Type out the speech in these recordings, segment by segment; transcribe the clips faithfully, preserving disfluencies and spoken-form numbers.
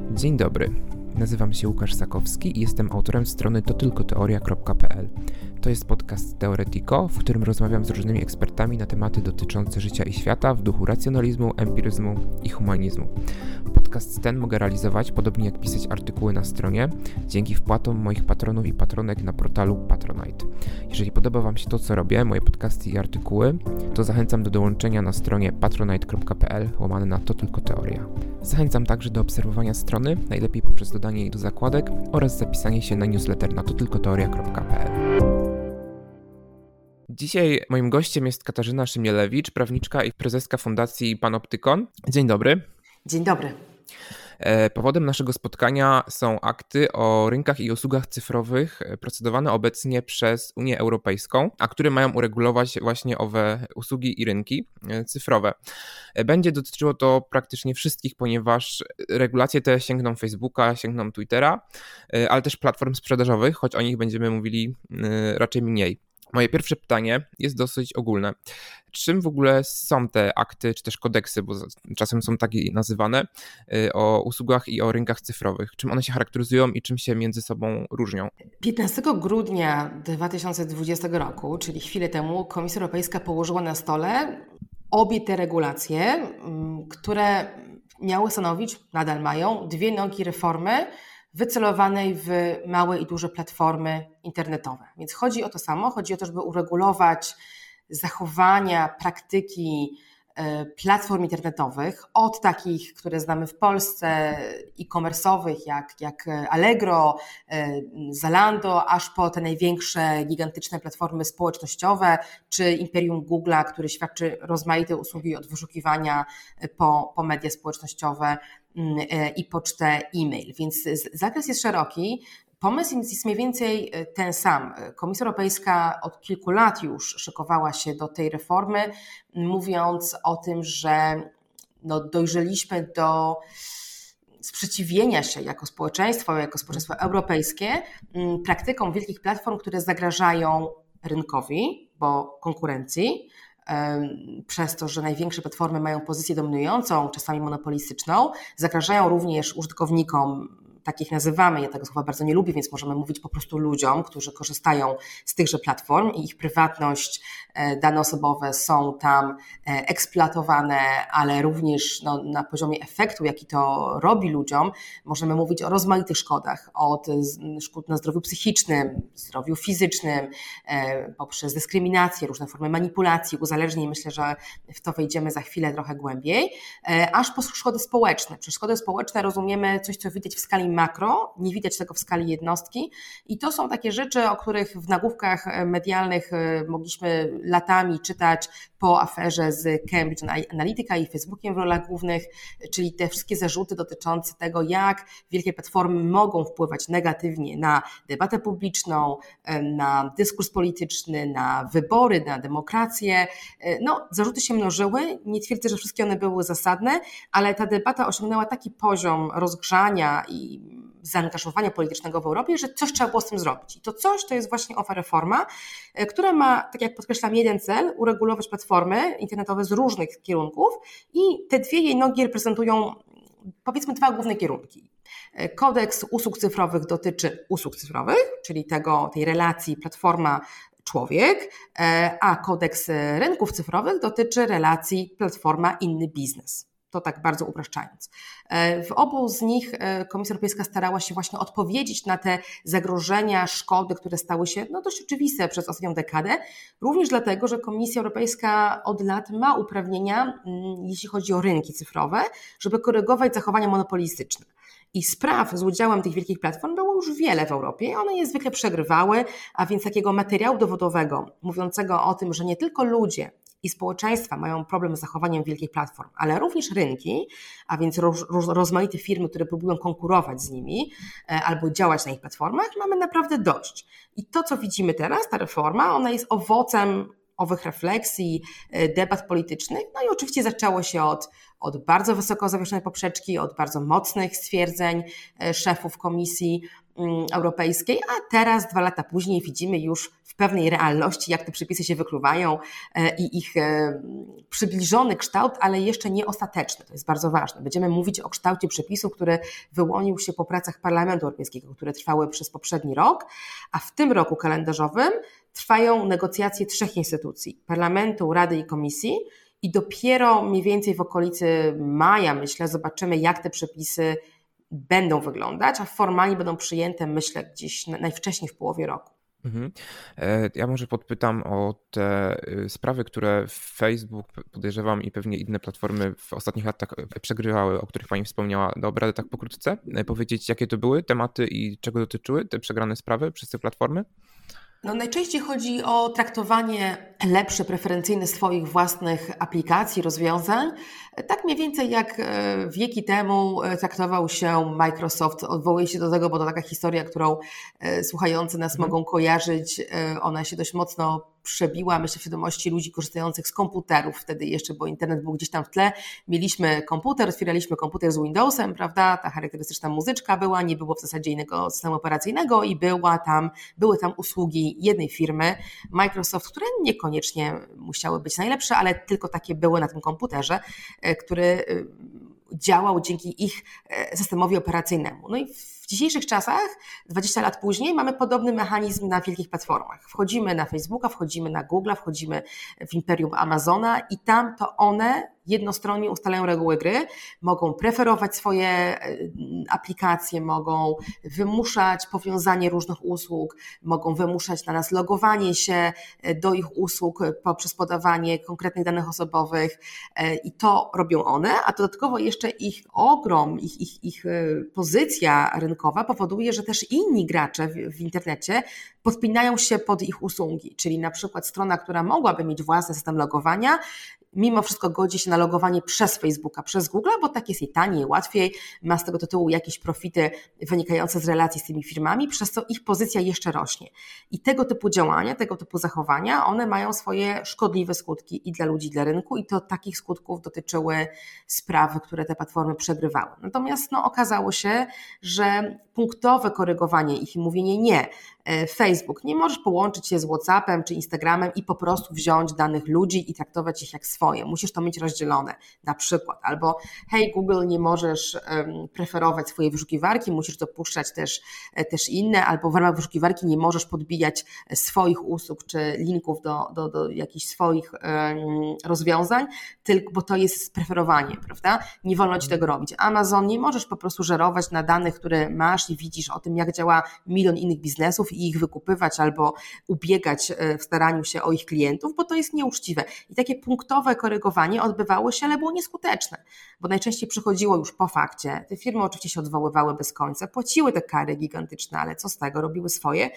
Dzień dobry, nazywam się Łukasz Sakowski i jestem autorem strony to tylko teoria kropka p l. To jest podcast Teoretiko, w którym rozmawiam z różnymi ekspertami na tematy dotyczące życia i świata w duchu racjonalizmu, empiryzmu i humanizmu. Podcast ten mogę realizować, podobnie jak pisać artykuły na stronie, dzięki wpłatom moich patronów i patronek na portalu Patronite. Jeżeli podoba Wam się to, co robię, moje podcasty i artykuły, to zachęcam do dołączenia na stronie patronite kropka p l łamane na to tylko teoria. Zachęcam także do obserwowania strony, najlepiej poprzez dodanie jej do zakładek oraz zapisanie się na newsletter na to tylko teoria kropka p l. Dzisiaj moim gościem jest Katarzyna Szymielewicz, prawniczka i prezeska Fundacji Panoptykon. Dzień dobry. Dzień dobry. Powodem naszego spotkania są akty o rynkach i usługach cyfrowych procedowane obecnie przez Unię Europejską, a które mają uregulować właśnie owe usługi i rynki cyfrowe. Będzie dotyczyło to praktycznie wszystkich, ponieważ regulacje te sięgną Facebooka, sięgną Twittera, ale też platform sprzedażowych, choć o nich będziemy mówili raczej mniej. Moje pierwsze pytanie jest dosyć ogólne. Czym w ogóle są te akty, czy też kodeksy, bo czasem są takie nazywane, o usługach i o rynkach cyfrowych? Czym one się charakteryzują i czym się między sobą różnią? piętnastego grudnia dwa tysiące dwudziestego roku, czyli chwilę temu, Komisja Europejska położyła na stole obie te regulacje, które miały stanowić, nadal mają, dwie nogi reformy wycelowanej w małe i duże platformy internetowe. Więc chodzi o to samo, chodzi o to, żeby uregulować zachowania, praktyki platform internetowych, od takich, które znamy w Polsce, e-commerce'owych, jak, jak Allegro, Zalando, aż po te największe, gigantyczne platformy społecznościowe, czy imperium Google'a, który świadczy rozmaite usługi od wyszukiwania po, po media społecznościowe i pocztę e-mail. Więc zakres jest szeroki. Pomysł jest mniej więcej ten sam. Komisja Europejska od kilku lat już szykowała się do tej reformy, mówiąc o tym, że no dojrzeliśmy do sprzeciwienia się jako społeczeństwo, jako społeczeństwo europejskie praktykom wielkich platform, które zagrażają rynkowi, bo konkurencji, przez to, że największe platformy mają pozycję dominującą, czasami monopolistyczną, zagrażają również użytkownikom, takich nazywamy, ja tego słowa bardzo nie lubię, więc możemy mówić po prostu ludziom, którzy korzystają z tychże platform i ich prywatność, dane osobowe są tam eksploatowane, ale również no, na poziomie efektu, jaki to robi ludziom, możemy mówić o rozmaitych szkodach, od szkód na zdrowiu psychicznym, zdrowiu fizycznym, poprzez dyskryminację, różne formy manipulacji, uzależnień, myślę, że w to wejdziemy za chwilę trochę głębiej, aż po szkody społeczne. Przez szkody społeczne rozumiemy coś, co widać w skali makro, nie widać tego w skali jednostki i to są takie rzeczy, o których w nagłówkach medialnych mogliśmy latami czytać po aferze z Cambridge Analytica i Facebookiem w rolach głównych, czyli te wszystkie zarzuty dotyczące tego, jak wielkie platformy mogą wpływać negatywnie na debatę publiczną, na dyskurs polityczny, na wybory, na demokrację. No, zarzuty się mnożyły, nie twierdzę, że wszystkie one były zasadne, ale ta debata osiągnęła taki poziom rozgrzania i zaangażowania politycznego w Europie, że coś trzeba było z tym zrobić. I to coś to jest właśnie owa reforma, która ma, tak jak podkreślam, jeden cel, uregulować platformy internetowe z różnych kierunków i te dwie jej nogi reprezentują, powiedzmy, dwa główne kierunki. Kodeks usług cyfrowych dotyczy usług cyfrowych, czyli tego, tej relacji platforma-człowiek, a kodeks rynków cyfrowych dotyczy relacji platforma-inny biznes. To tak bardzo upraszczając. W obu z nich Komisja Europejska starała się właśnie odpowiedzieć na te zagrożenia, szkody, które stały się no, dość oczywiste przez ostatnią dekadę, również dlatego, że Komisja Europejska od lat ma uprawnienia, jeśli chodzi o rynki cyfrowe, żeby korygować zachowania monopolistyczne. I spraw z udziałem tych wielkich platform było już wiele w Europie. One je zwykle przegrywały, a więc takiego materiału dowodowego mówiącego o tym, że nie tylko ludzie i społeczeństwa mają problem z zachowaniem wielkich platform, ale również rynki, a więc roz, roz, rozmaite firmy, które próbują konkurować z nimi albo działać na ich platformach, mamy naprawdę dość. I to, co widzimy teraz, ta reforma, ona jest owocem owych refleksji, debat politycznych. No i oczywiście zaczęło się od, od bardzo wysoko zawieszonej poprzeczki, od bardzo mocnych stwierdzeń szefów Komisji Europejskiej, a teraz, dwa lata później, widzimy już w pewnej realności, jak te przepisy się wykluwają i ich przybliżony kształt, ale jeszcze nie ostateczny. To jest bardzo ważne. Będziemy mówić o kształcie przepisu, który wyłonił się po pracach Parlamentu Europejskiego, które trwały przez poprzedni rok, a w tym roku kalendarzowym trwają negocjacje trzech instytucji: Parlamentu, Rady i Komisji. I dopiero mniej więcej w okolicy maja, myślę, zobaczymy, jak te przepisy będą wyglądać, a formalnie będą przyjęte, myślę, gdzieś najwcześniej w połowie roku. Mhm. Ja może podpytam o te sprawy, które Facebook, podejrzewam, i pewnie inne platformy w ostatnich latach przegrywały, o których Pani wspomniała. Dobra, tak pokrótce powiedzieć, jakie to były tematy i czego dotyczyły te przegrane sprawy przez te platformy? No, najczęściej chodzi o traktowanie lepsze, preferencyjne swoich własnych aplikacji, rozwiązań. Tak mniej więcej jak wieki temu traktował się Microsoft. Odwołuję się do tego, bo to taka historia, którą słuchający nas hmm. mogą kojarzyć. Ona się dość mocno przebiła, myślę, w świadomości ludzi korzystających z komputerów wtedy jeszcze, bo internet był gdzieś tam w tle. Mieliśmy komputer, otwieraliśmy komputer z Windowsem, prawda? Ta charakterystyczna muzyczka była, nie było w zasadzie innego systemu operacyjnego i była tam, były tam usługi jednej firmy, Microsoft, które niekoniecznie musiały być najlepsze, ale tylko takie były na tym komputerze, który działał dzięki ich systemowi operacyjnemu. No i w dzisiejszych czasach, dwadzieścia lat później, mamy podobny mechanizm na wielkich platformach. Wchodzimy na Facebooka, wchodzimy na Google'a, wchodzimy w imperium Amazona i tam to one jednostronnie ustalają reguły gry, mogą preferować swoje aplikacje, mogą wymuszać powiązanie różnych usług, mogą wymuszać na nas logowanie się do ich usług poprzez podawanie konkretnych danych osobowych i to robią one, a dodatkowo jeszcze ich ogrom, ich, ich, ich pozycja rynkowa powoduje, że też inni gracze w, w internecie podpinają się pod ich usługi, czyli na przykład strona, która mogłaby mieć własny system logowania, mimo wszystko godzi się na logowanie przez Facebooka, przez Google, bo tak jest jej taniej, łatwiej, ma z tego tytułu jakieś profity wynikające z relacji z tymi firmami, przez co ich pozycja jeszcze rośnie. I tego typu działania, tego typu zachowania, one mają swoje szkodliwe skutki i dla ludzi, i dla rynku i to takich skutków dotyczyły sprawy, które te platformy przegrywały. Natomiast no, okazało się, że punktowe korygowanie ich i mówienie nie, Facebook, nie możesz połączyć się z WhatsAppem czy Instagramem i po prostu wziąć danych ludzi i traktować ich jak swoje. Musisz to mieć rozdzielone, na przykład. Albo hej Google, nie możesz um, preferować swojej wyszukiwarki, musisz dopuszczać też, też inne, albo w ramach wyszukiwarki nie możesz podbijać swoich usług czy linków do, do, do jakichś swoich um, rozwiązań, tylko, bo to jest preferowanie, prawda? Nie wolno ci tego robić. Amazon, nie możesz po prostu żerować na danych, które masz i widzisz o tym, jak działa milion innych biznesów i ich wykupywać albo ubiegać w staraniu się o ich klientów, bo to jest nieuczciwe. I takie punktowe korygowanie odbywało się, ale było nieskuteczne, bo najczęściej przychodziło już po fakcie. Te firmy oczywiście się odwoływały bez końca, płaciły te kary gigantyczne, ale co z tego, robiły swoje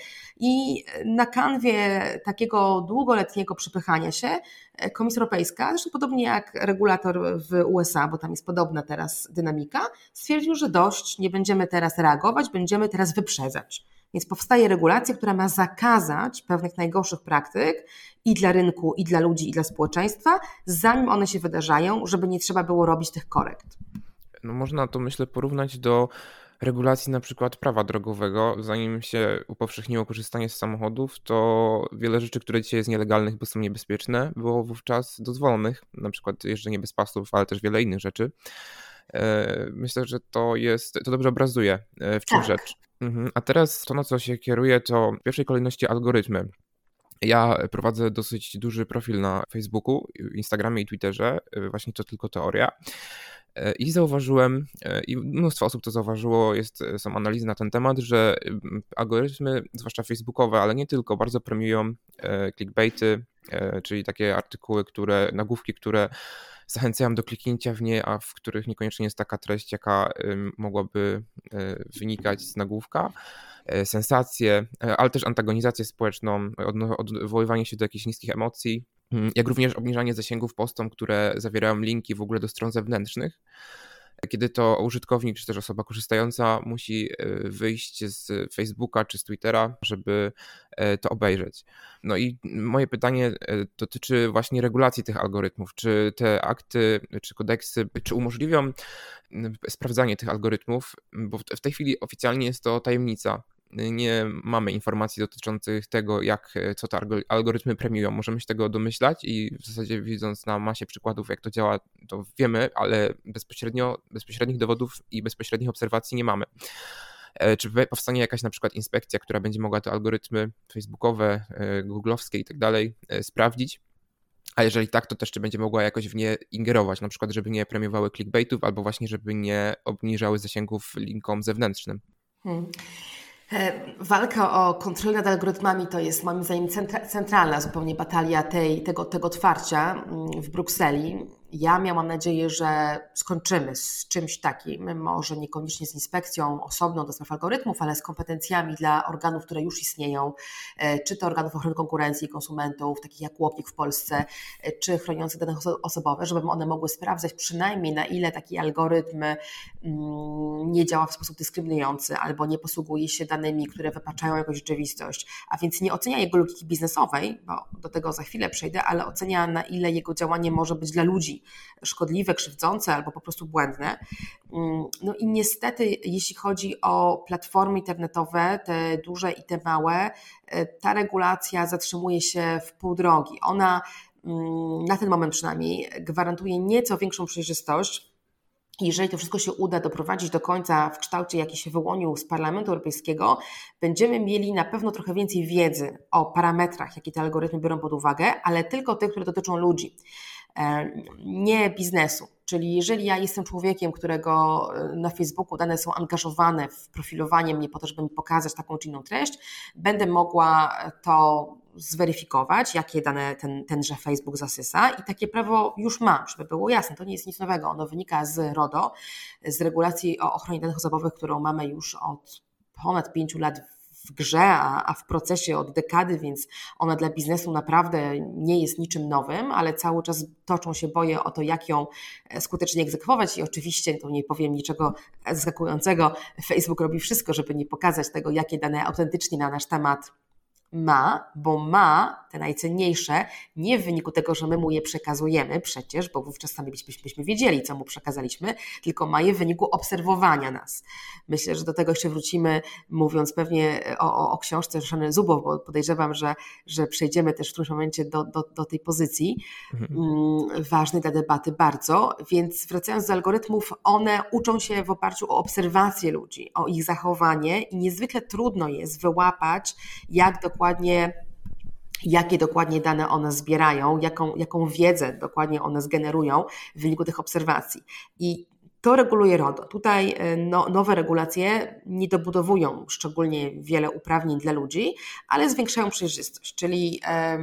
i na kanwie takiego długoletniego przepychania się Komisja Europejska, zresztą podobnie jak regulator w U S A, bo tam jest podobna teraz dynamika, stwierdził, że dość, nie będziemy teraz reagować, będziemy teraz wyprzedzać. Więc powstaje regulacja, która ma zakazać pewnych najgorszych praktyk i dla rynku, i dla ludzi, i dla społeczeństwa, zanim one się wydarzają, żeby nie trzeba było robić tych korekt. No można to, myślę, porównać do regulacji na przykład prawa drogowego. Zanim się upowszechniło korzystanie z samochodów, to wiele rzeczy, które dzisiaj jest nielegalnych, bo są niebezpieczne, było wówczas dozwolonych, na przykład jeżdżenie bez pasów, ale też wiele innych rzeczy. Myślę, że to jest, to dobrze obrazuje, w czym tak. rzecz. A teraz to, na co się kieruje, to w pierwszej kolejności algorytmy. Ja prowadzę dosyć duży profil na Facebooku, Instagramie i Twitterze, właśnie To Tylko Teoria. I zauważyłem, i mnóstwo osób to zauważyło, jest, są analizy na ten temat, że algorytmy, zwłaszcza facebookowe, ale nie tylko, bardzo premiują clickbaity, czyli takie artykuły, które, nagłówki, które zachęcają do kliknięcia w nie, a w których niekoniecznie jest taka treść, jaka mogłaby wynikać z nagłówka. Sensacje, ale też antagonizację społeczną, odwoływanie się do jakichś niskich emocji, jak również obniżanie zasięgów postom, które zawierają linki w ogóle do stron zewnętrznych. kiedy to użytkownik czy też osoba korzystająca musi wyjść z Facebooka czy z Twittera, żeby to obejrzeć. No i moje pytanie dotyczy właśnie regulacji tych algorytmów. Czy te akty, czy kodeksy, czy umożliwią sprawdzanie tych algorytmów, bo w tej chwili oficjalnie jest to tajemnica. Nie mamy informacji dotyczących tego, jak, co te algorytmy premiują. Możemy się tego domyślać i w zasadzie widząc na masie przykładów, jak to działa, to wiemy, ale bezpośrednio, bezpośrednich dowodów i bezpośrednich obserwacji nie mamy. Czy powstanie jakaś na przykład inspekcja, która będzie mogła te algorytmy facebookowe, googlowskie i tak dalej sprawdzić? A jeżeli tak, to też czy będzie mogła jakoś w nie ingerować, na przykład żeby nie premiowały clickbaitów albo właśnie żeby nie obniżały zasięgów linkom zewnętrznym? Hmm. Walka o kontrolę nad algorytmami to jest moim zdaniem centralna zupełnie batalia tej, tego, tego twarcia w Brukseli. Ja miałam nadzieję, że skończymy z czymś takim, może niekoniecznie z inspekcją osobną do spraw algorytmów, ale z kompetencjami dla organów, które już istnieją, czy to organów ochrony konkurencji i konsumentów, takich jak UOKiK w Polsce, czy chroniących dane osobowe, żeby one mogły sprawdzać przynajmniej na ile taki algorytm nie działa w sposób dyskryminujący albo nie posługuje się danymi, które wypaczają jakąś rzeczywistość, a więc nie ocenia jego logiki biznesowej, bo do tego za chwilę przejdę, ale ocenia na ile jego działanie może być dla ludzi szkodliwe, krzywdzące albo po prostu błędne. No i niestety, jeśli chodzi o platformy internetowe, te duże i te małe, ta regulacja zatrzymuje się w pół drogi. Ona na ten moment przynajmniej gwarantuje nieco większą przejrzystość. Jeżeli to wszystko się uda doprowadzić do końca w kształcie, jaki się wyłonił z Parlamentu Europejskiego, będziemy mieli na pewno trochę więcej wiedzy o parametrach, jakie te algorytmy biorą pod uwagę, ale tylko tych, które dotyczą ludzi, nie biznesu. Czyli jeżeli ja jestem człowiekiem, którego na Facebooku dane są angażowane w profilowanie mnie po to, żeby mi pokazać taką czy inną treść, będę mogła to zweryfikować, jakie dane ten, tenże Facebook zasysa i takie prawo już mam, żeby było jasne, to nie jest nic nowego, ono wynika z RODO, z regulacji o ochronie danych osobowych, którą mamy już od ponad pięciu lat w grze, a, a w procesie od dekady, więc ona dla biznesu naprawdę nie jest niczym nowym, ale cały czas toczą się boje o to, jak ją skutecznie egzekwować i oczywiście, to nie powiem niczego zaskakującego, Facebook robi wszystko, żeby nie pokazać tego, jakie dane autentycznie na nasz temat ma, bo ma te najcenniejsze nie w wyniku tego, że my mu je przekazujemy przecież, bo wówczas sami byśmy, byśmy wiedzieli, co mu przekazaliśmy, tylko ma je w wyniku obserwowania nas. Myślę, że do tego jeszcze wrócimy, mówiąc pewnie o, o, o książce Szany Zubow, bo podejrzewam, że, że przejdziemy też w którymś momencie do, do, do tej pozycji, mhm. ważnej dla debaty bardzo, więc wracając do algorytmów, one uczą się w oparciu o obserwację ludzi, o ich zachowanie i niezwykle trudno jest wyłapać, jak dokładnie Dokładnie, jakie dokładnie dane one zbierają, jaką, jaką wiedzę dokładnie one zgenerują w wyniku tych obserwacji. I to reguluje RODO. Tutaj no, nowe regulacje nie dobudowują szczególnie wiele uprawnień dla ludzi, ale zwiększają przejrzystość, czyli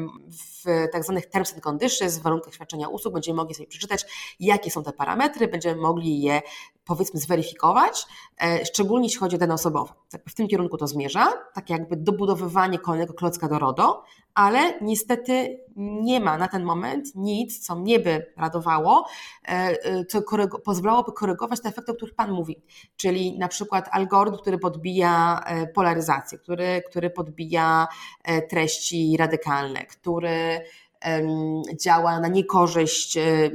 w tak zwanych terms and conditions, w warunkach świadczenia usług będziemy mogli sobie przeczytać, jakie są te parametry, będziemy mogli je powiedzmy zweryfikować, szczególnie jeśli chodzi o dane osobowe. W tym kierunku to zmierza, tak jakby dobudowywanie kolejnego klocka do RODO, ale niestety nie ma na ten moment nic, co mnie by radowało, co korygo- pozwalałoby korygować te efekty, o których Pan mówi, czyli na przykład algorytm, który podbija polaryzację, który, który podbija treści radykalne, który działa na niekorzyść,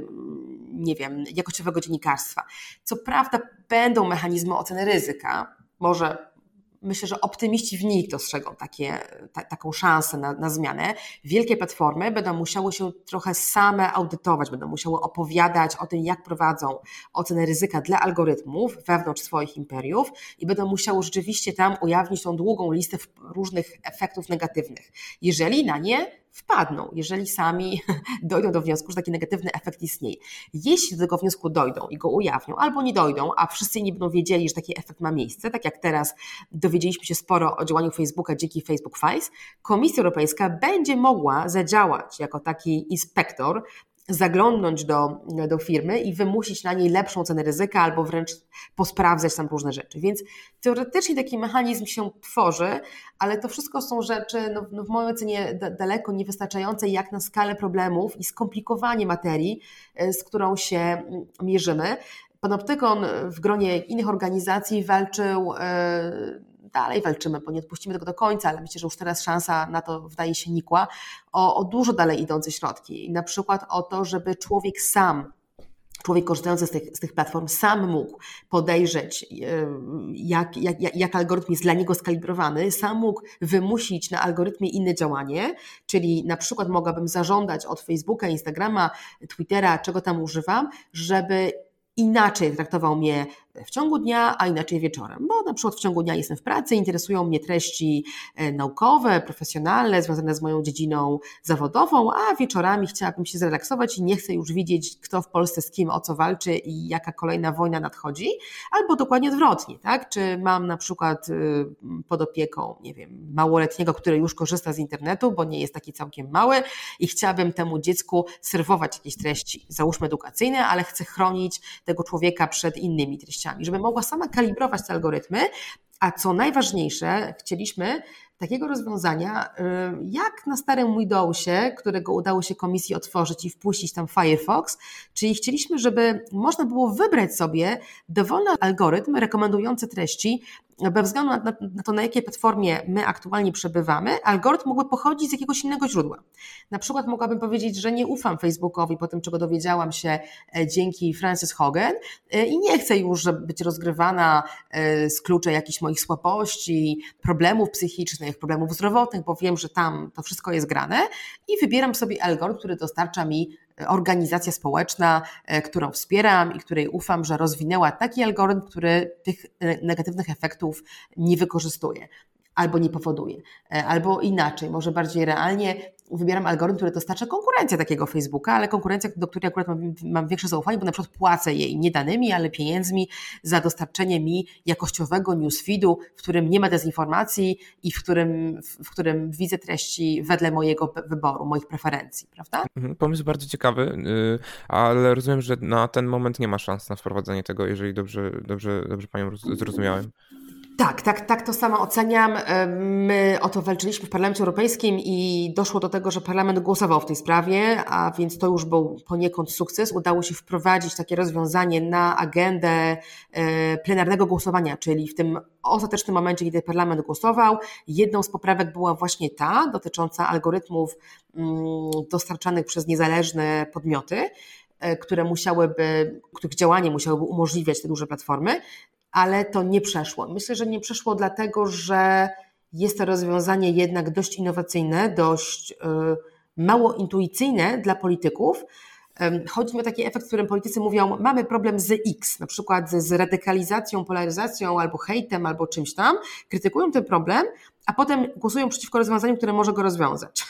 nie wiem, jakościowego dziennikarstwa. Co prawda będą mechanizmy oceny ryzyka, może myślę, że optymiści w nich dostrzegą takie, ta, taką szansę na, na zmianę. Wielkie platformy będą musiały się trochę same audytować, będą musiały opowiadać o tym, jak prowadzą ocenę ryzyka dla algorytmów wewnątrz swoich imperiów i będą musiały rzeczywiście tam ujawnić tą długą listę różnych efektów negatywnych. Jeżeli na nie wpadną, jeżeli sami dojdą do wniosku, że taki negatywny efekt istnieje. Jeśli do tego wniosku dojdą i go ujawnią, albo nie dojdą, a wszyscy nie będą wiedzieli, że taki efekt ma miejsce, tak jak teraz dowiedzieliśmy się sporo o działaniu Facebooka dzięki Facebook Files, Komisja Europejska będzie mogła zadziałać jako taki inspektor, zaglądnąć do, do firmy i wymusić na niej lepszą cenę ryzyka albo wręcz posprawdzać tam różne rzeczy. Więc teoretycznie taki mechanizm się tworzy, ale to wszystko są rzeczy no, no w mojej ocenie da, daleko niewystarczające jak na skalę problemów i skomplikowanie materii, z którą się mierzymy. Panoptykon w gronie innych organizacji walczył, dalej walczymy, bo nie odpuścimy tego do końca, ale myślę, że już teraz szansa na to wydaje się nikła, o, o dużo dalej idące środki. Na przykład o to, żeby człowiek sam, człowiek korzystający z tych, z tych platform sam mógł podejrzeć, jak, jak, jak algorytm jest dla niego skalibrowany, sam mógł wymusić na algorytmie inne działanie, czyli na przykład mogłabym zażądać od Facebooka, Instagrama, Twittera, czego tam używam, żeby inaczej traktował mnie w ciągu dnia, a inaczej wieczorem, bo na przykład w ciągu dnia jestem w pracy, interesują mnie treści naukowe, profesjonalne, związane z moją dziedziną zawodową, a wieczorami chciałabym się zrelaksować i nie chcę już widzieć, kto w Polsce z kim o co walczy i jaka kolejna wojna nadchodzi, albo dokładnie odwrotnie, tak? Czy mam na przykład pod opieką, nie wiem, małoletniego, który już korzysta z internetu, bo nie jest taki całkiem mały i chciałabym temu dziecku serwować jakieś treści, załóżmy edukacyjne, ale chcę chronić tego człowieka przed innymi treściami, żeby mogła sama kalibrować te algorytmy, a co najważniejsze, chcieliśmy takiego rozwiązania, jak na starym Windowsie, którego udało się komisji otworzyć i wpuścić tam Firefox, czyli chcieliśmy, żeby można było wybrać sobie dowolny algorytm rekomendujący treści, bez względu na, na to, na jakiej platformie my aktualnie przebywamy, algorytm mógłby pochodzić z jakiegoś innego źródła. Na przykład mogłabym powiedzieć, że nie ufam Facebookowi po tym, czego dowiedziałam się dzięki Frances Hogan i nie chcę już być rozgrywana z klucza jakichś moich słabości, problemów psychicznych, problemów zdrowotnych, bo wiem, że tam to wszystko jest grane i wybieram sobie algorytm, który dostarcza mi organizacja społeczna, którą wspieram i której ufam, że rozwinęła taki algorytm, który tych negatywnych efektów nie wykorzystuje albo nie powoduje. Albo inaczej, może bardziej realnie, wybieram algorytm, który dostarcza konkurencję takiego Facebooka, ale konkurencja, do której akurat mam, mam większe zaufanie, bo na przykład płacę jej nie danymi, ale pieniędzmi za dostarczenie mi jakościowego newsfeedu, w którym nie ma dezinformacji i w którym, w którym widzę treści wedle mojego wyboru, moich preferencji, prawda? Pomysł bardzo ciekawy, ale rozumiem, że na ten moment nie ma szans na wprowadzenie tego, jeżeli dobrze, dobrze, dobrze Panią zrozumiałem. Tak, tak, tak to samo oceniam. My o to walczyliśmy w Parlamencie Europejskim i doszło do tego, że Parlament głosował w tej sprawie, a więc to już był poniekąd sukces. Udało się wprowadzić takie rozwiązanie na agendę plenarnego głosowania, czyli w tym ostatecznym momencie, kiedy Parlament głosował, jedną z poprawek była właśnie ta, dotycząca algorytmów dostarczanych przez niezależne podmioty, które musiałyby, których działanie musiałyby umożliwiać te duże platformy. Ale to nie przeszło. Myślę, że nie przeszło dlatego, że jest to rozwiązanie jednak dość innowacyjne, dość y, mało intuicyjne dla polityków. Y, chodzi mi o taki efekt, w którym politycy mówią, mamy problem z X, na przykład z, z radykalizacją, polaryzacją albo hejtem, albo czymś tam, krytykują ten problem, a potem głosują przeciwko rozwiązaniu, które może go rozwiązać,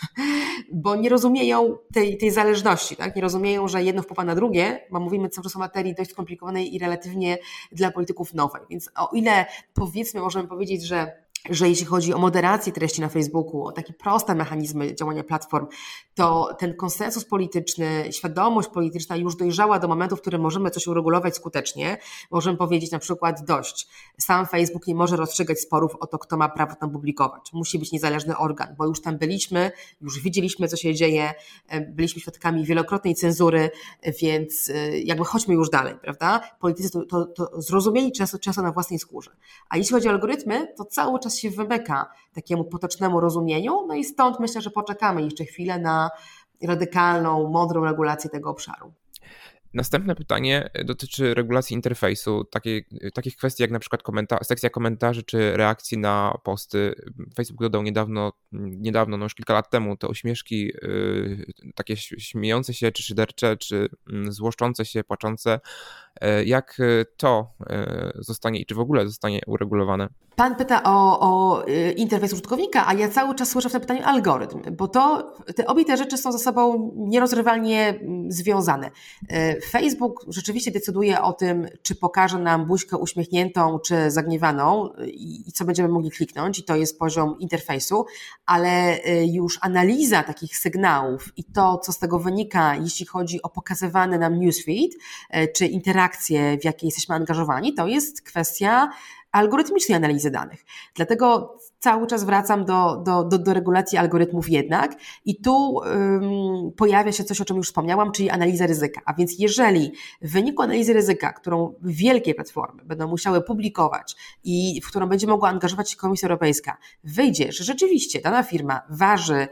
bo nie rozumieją tej, tej zależności, tak? Nie rozumieją, że jedno wpływa na drugie, bo mówimy cały czas o materii dość skomplikowanej i relatywnie dla polityków nowej, więc o ile powiedzmy możemy powiedzieć, że że jeśli chodzi o moderację treści na Facebooku, o takie proste mechanizmy działania platform, to ten konsensus polityczny, świadomość polityczna już dojrzała do momentu, w którym możemy coś uregulować skutecznie. Możemy powiedzieć na przykład dość. Sam Facebook nie może rozstrzygać sporów o to, kto ma prawo tam publikować. Musi być niezależny organ, bo już tam byliśmy, już widzieliśmy, co się dzieje, byliśmy świadkami wielokrotnej cenzury, więc jakby chodźmy już dalej, prawda? Politycy to, to, to zrozumieli często, często na własnej skórze. A jeśli chodzi o algorytmy, to cały czas się wymyka takiemu potocznemu rozumieniu, no i stąd myślę, że poczekamy jeszcze chwilę na radykalną, mądrą regulację tego obszaru. Następne pytanie dotyczy regulacji interfejsu, takiej, takich kwestii jak na przykład komenta- sekcja komentarzy czy reakcji na posty. Facebook dodał niedawno, niedawno, no już kilka lat temu, te uśmieszki yy, takie śmiejące się, czy szydercze, czy yy, złoszczące się, płaczące. Yy, jak to yy, zostanie i czy w ogóle zostanie uregulowane? Pan pyta o, o interfejs użytkownika, a ja cały czas słyszę w tym pytaniu algorytm, bo to, te, obie te rzeczy są ze sobą nierozrywalnie związane. Facebook rzeczywiście decyduje o tym, czy pokaże nam buźkę uśmiechniętą, czy zagniewaną i, i co będziemy mogli kliknąć i to jest poziom interfejsu, ale już analiza takich sygnałów i to, co z tego wynika, jeśli chodzi o pokazywany nam newsfeed, czy interakcje, w jakie jesteśmy angażowani, to jest kwestia algorytmicznej analizy danych. Dlatego cały czas wracam do, do, do, do regulacji algorytmów jednak i tu ym, pojawia się coś, o czym już wspomniałam, czyli analiza ryzyka. A więc jeżeli w wyniku analizy ryzyka, którą wielkie platformy będą musiały publikować i w którą będzie mogła angażować się Komisja Europejska, wyjdzie, że rzeczywiście dana firma waży,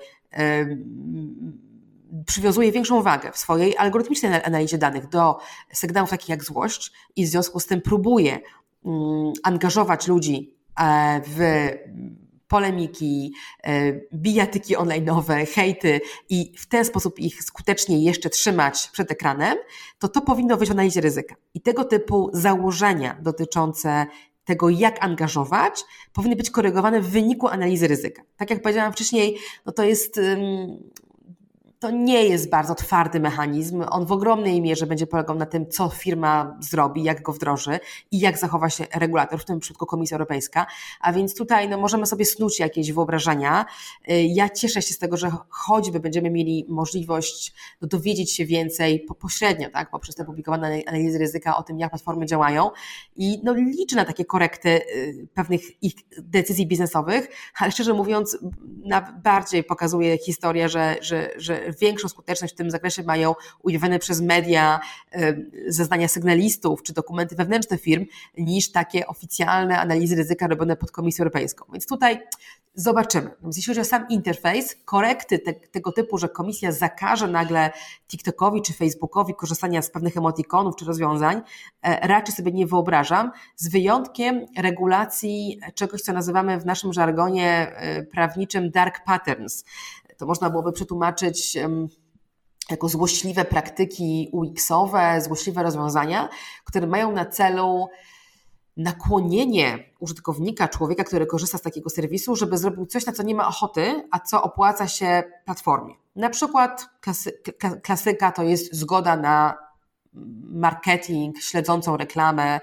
ym, przywiązuje większą wagę w swojej algorytmicznej analizie danych do sygnałów takich jak złość i w związku z tym próbuje ym, angażować ludzi w polemiki, bijatyki online'owe, hejty i w ten sposób ich skutecznie jeszcze trzymać przed ekranem, to to powinno wyjść w analizie ryzyka. I tego typu założenia dotyczące tego, jak angażować, powinny być korygowane w wyniku analizy ryzyka. Tak jak powiedziałam wcześniej, no to jest... To nie jest bardzo twardy mechanizm. On w ogromnej mierze będzie polegał na tym, co firma zrobi, jak go wdroży i jak zachowa się regulator, w tym przypadku Komisja Europejska. A więc tutaj no, możemy sobie snuć jakieś wyobrażenia. Ja cieszę się z tego, że choćby będziemy mieli możliwość no, dowiedzieć się więcej pośrednio, tak, poprzez te publikowane analizy ryzyka o tym, jak platformy działają i no, liczę na takie korekty pewnych ich decyzji biznesowych, ale szczerze mówiąc bardziej pokazuje historia, że, że, że większą skuteczność w tym zakresie mają ujawnione przez media zeznania sygnalistów czy dokumenty wewnętrzne firm niż takie oficjalne analizy ryzyka robione pod Komisją Europejską. Więc tutaj zobaczymy. Więc jeśli chodzi o sam interfejs, korekty te, tego typu, że komisja zakaże nagle TikTokowi czy Facebookowi korzystania z pewnych emotikonów czy rozwiązań, raczej sobie nie wyobrażam, z wyjątkiem regulacji czegoś, co nazywamy w naszym żargonie prawniczym dark patterns. To można byłoby przetłumaczyć jako złośliwe praktyki U X-owe, złośliwe rozwiązania, które mają na celu nakłonienie użytkownika, człowieka, który korzysta z takiego serwisu, żeby zrobił coś, na co nie ma ochoty, a co opłaca się platformie. Na przykład klasy, klasyka to jest zgoda na marketing, śledzącą reklamę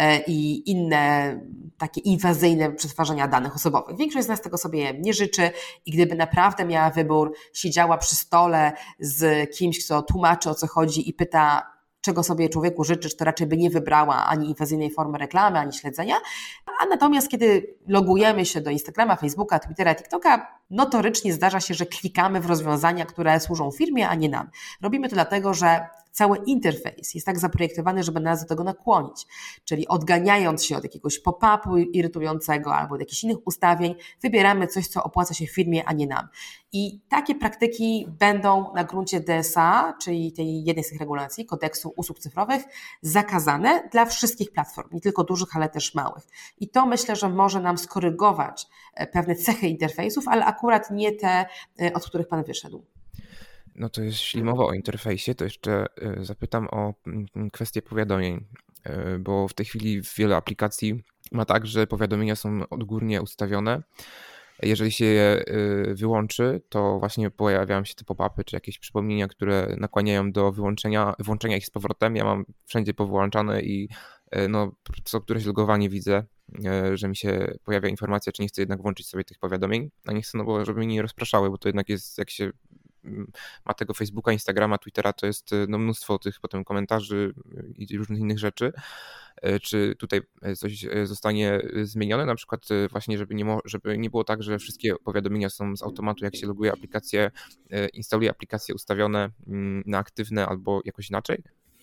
i inne takie inwazyjne przetwarzania danych osobowych. Większość z nas tego sobie nie życzy i gdyby naprawdę miała wybór, siedziała przy stole z kimś, kto tłumaczy, o co chodzi i pyta, czego sobie człowieku życzysz, to raczej by nie wybrała ani inwazyjnej formy reklamy, ani śledzenia, a natomiast kiedy logujemy się do Instagrama, Facebooka, Twittera, TikToka, notorycznie zdarza się, że klikamy w rozwiązania, które służą firmie, a nie nam. Robimy to dlatego, że cały interfejs jest tak zaprojektowany, żeby nas do tego nakłonić, czyli odganiając się od jakiegoś pop-upu irytującego albo od jakichś innych ustawień, wybieramy coś, co opłaca się firmie, a nie nam. I takie praktyki będą na gruncie D S A, czyli tej jednej z tych regulacji, kodeksu usług cyfrowych, zakazane dla wszystkich platform, nie tylko dużych, ale też małych. I to myślę, że może nam skorygować pewne cechy interfejsów, ale akurat nie te, od których Pan wyszedł. No to jeśli mowa o interfejsie, to jeszcze zapytam o kwestię powiadomień, bo w tej chwili wiele aplikacji ma tak, że powiadomienia są odgórnie ustawione. Jeżeli się je wyłączy, to właśnie pojawiają się te pop-upy czy jakieś przypomnienia, które nakłaniają do wyłączenia, włączenia ich z powrotem. Ja mam wszędzie powłączane i no, co któreś logowanie widzę, że mi się pojawia informacja, czy nie chcę jednak włączyć sobie tych powiadomień, a nie chcę, no bo żeby mnie nie rozpraszały, bo to jednak jest, jak się ma tego Facebooka, Instagrama, Twittera, to jest no, mnóstwo tych potem komentarzy i różnych innych rzeczy. Czy tutaj coś zostanie zmienione, na przykład właśnie, żeby nie, mo- żeby nie było tak, że wszystkie powiadomienia są z automatu, jak się loguje aplikację, instaluje aplikacje ustawione na aktywne albo jakoś inaczej?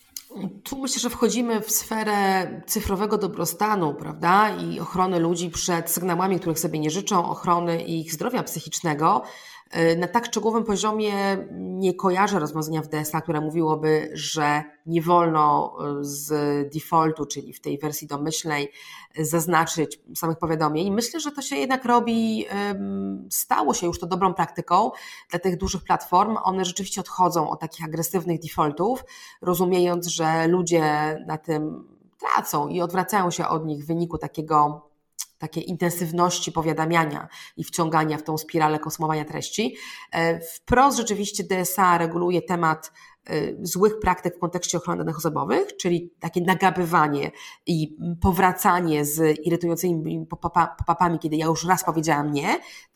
Tu myślę, że wchodzimy w sferę cyfrowego dobrostanu, prawda, i ochrony ludzi przed sygnałami, których sobie nie życzą, ochrony ich zdrowia psychicznego. Na tak szczegółowym poziomie nie kojarzę rozwiązania w D S A, które mówiłoby, że nie wolno z defaultu, czyli w tej wersji domyślnej, zaznaczyć samych powiadomień. Myślę, że to się jednak robi, stało się już to dobrą praktyką dla tych dużych platform. One rzeczywiście odchodzą od takich agresywnych defaultów, rozumiejąc, że ludzie na tym tracą i odwracają się od nich w wyniku takiego takiej intensywności powiadamiania i wciągania w tą spiralę konsumowania treści. Wprost rzeczywiście D S A reguluje temat złych praktyk w kontekście ochrony danych osobowych, czyli takie nagabywanie i powracanie z irytującymi pop-upami, kiedy ja już raz powiedziałam nie.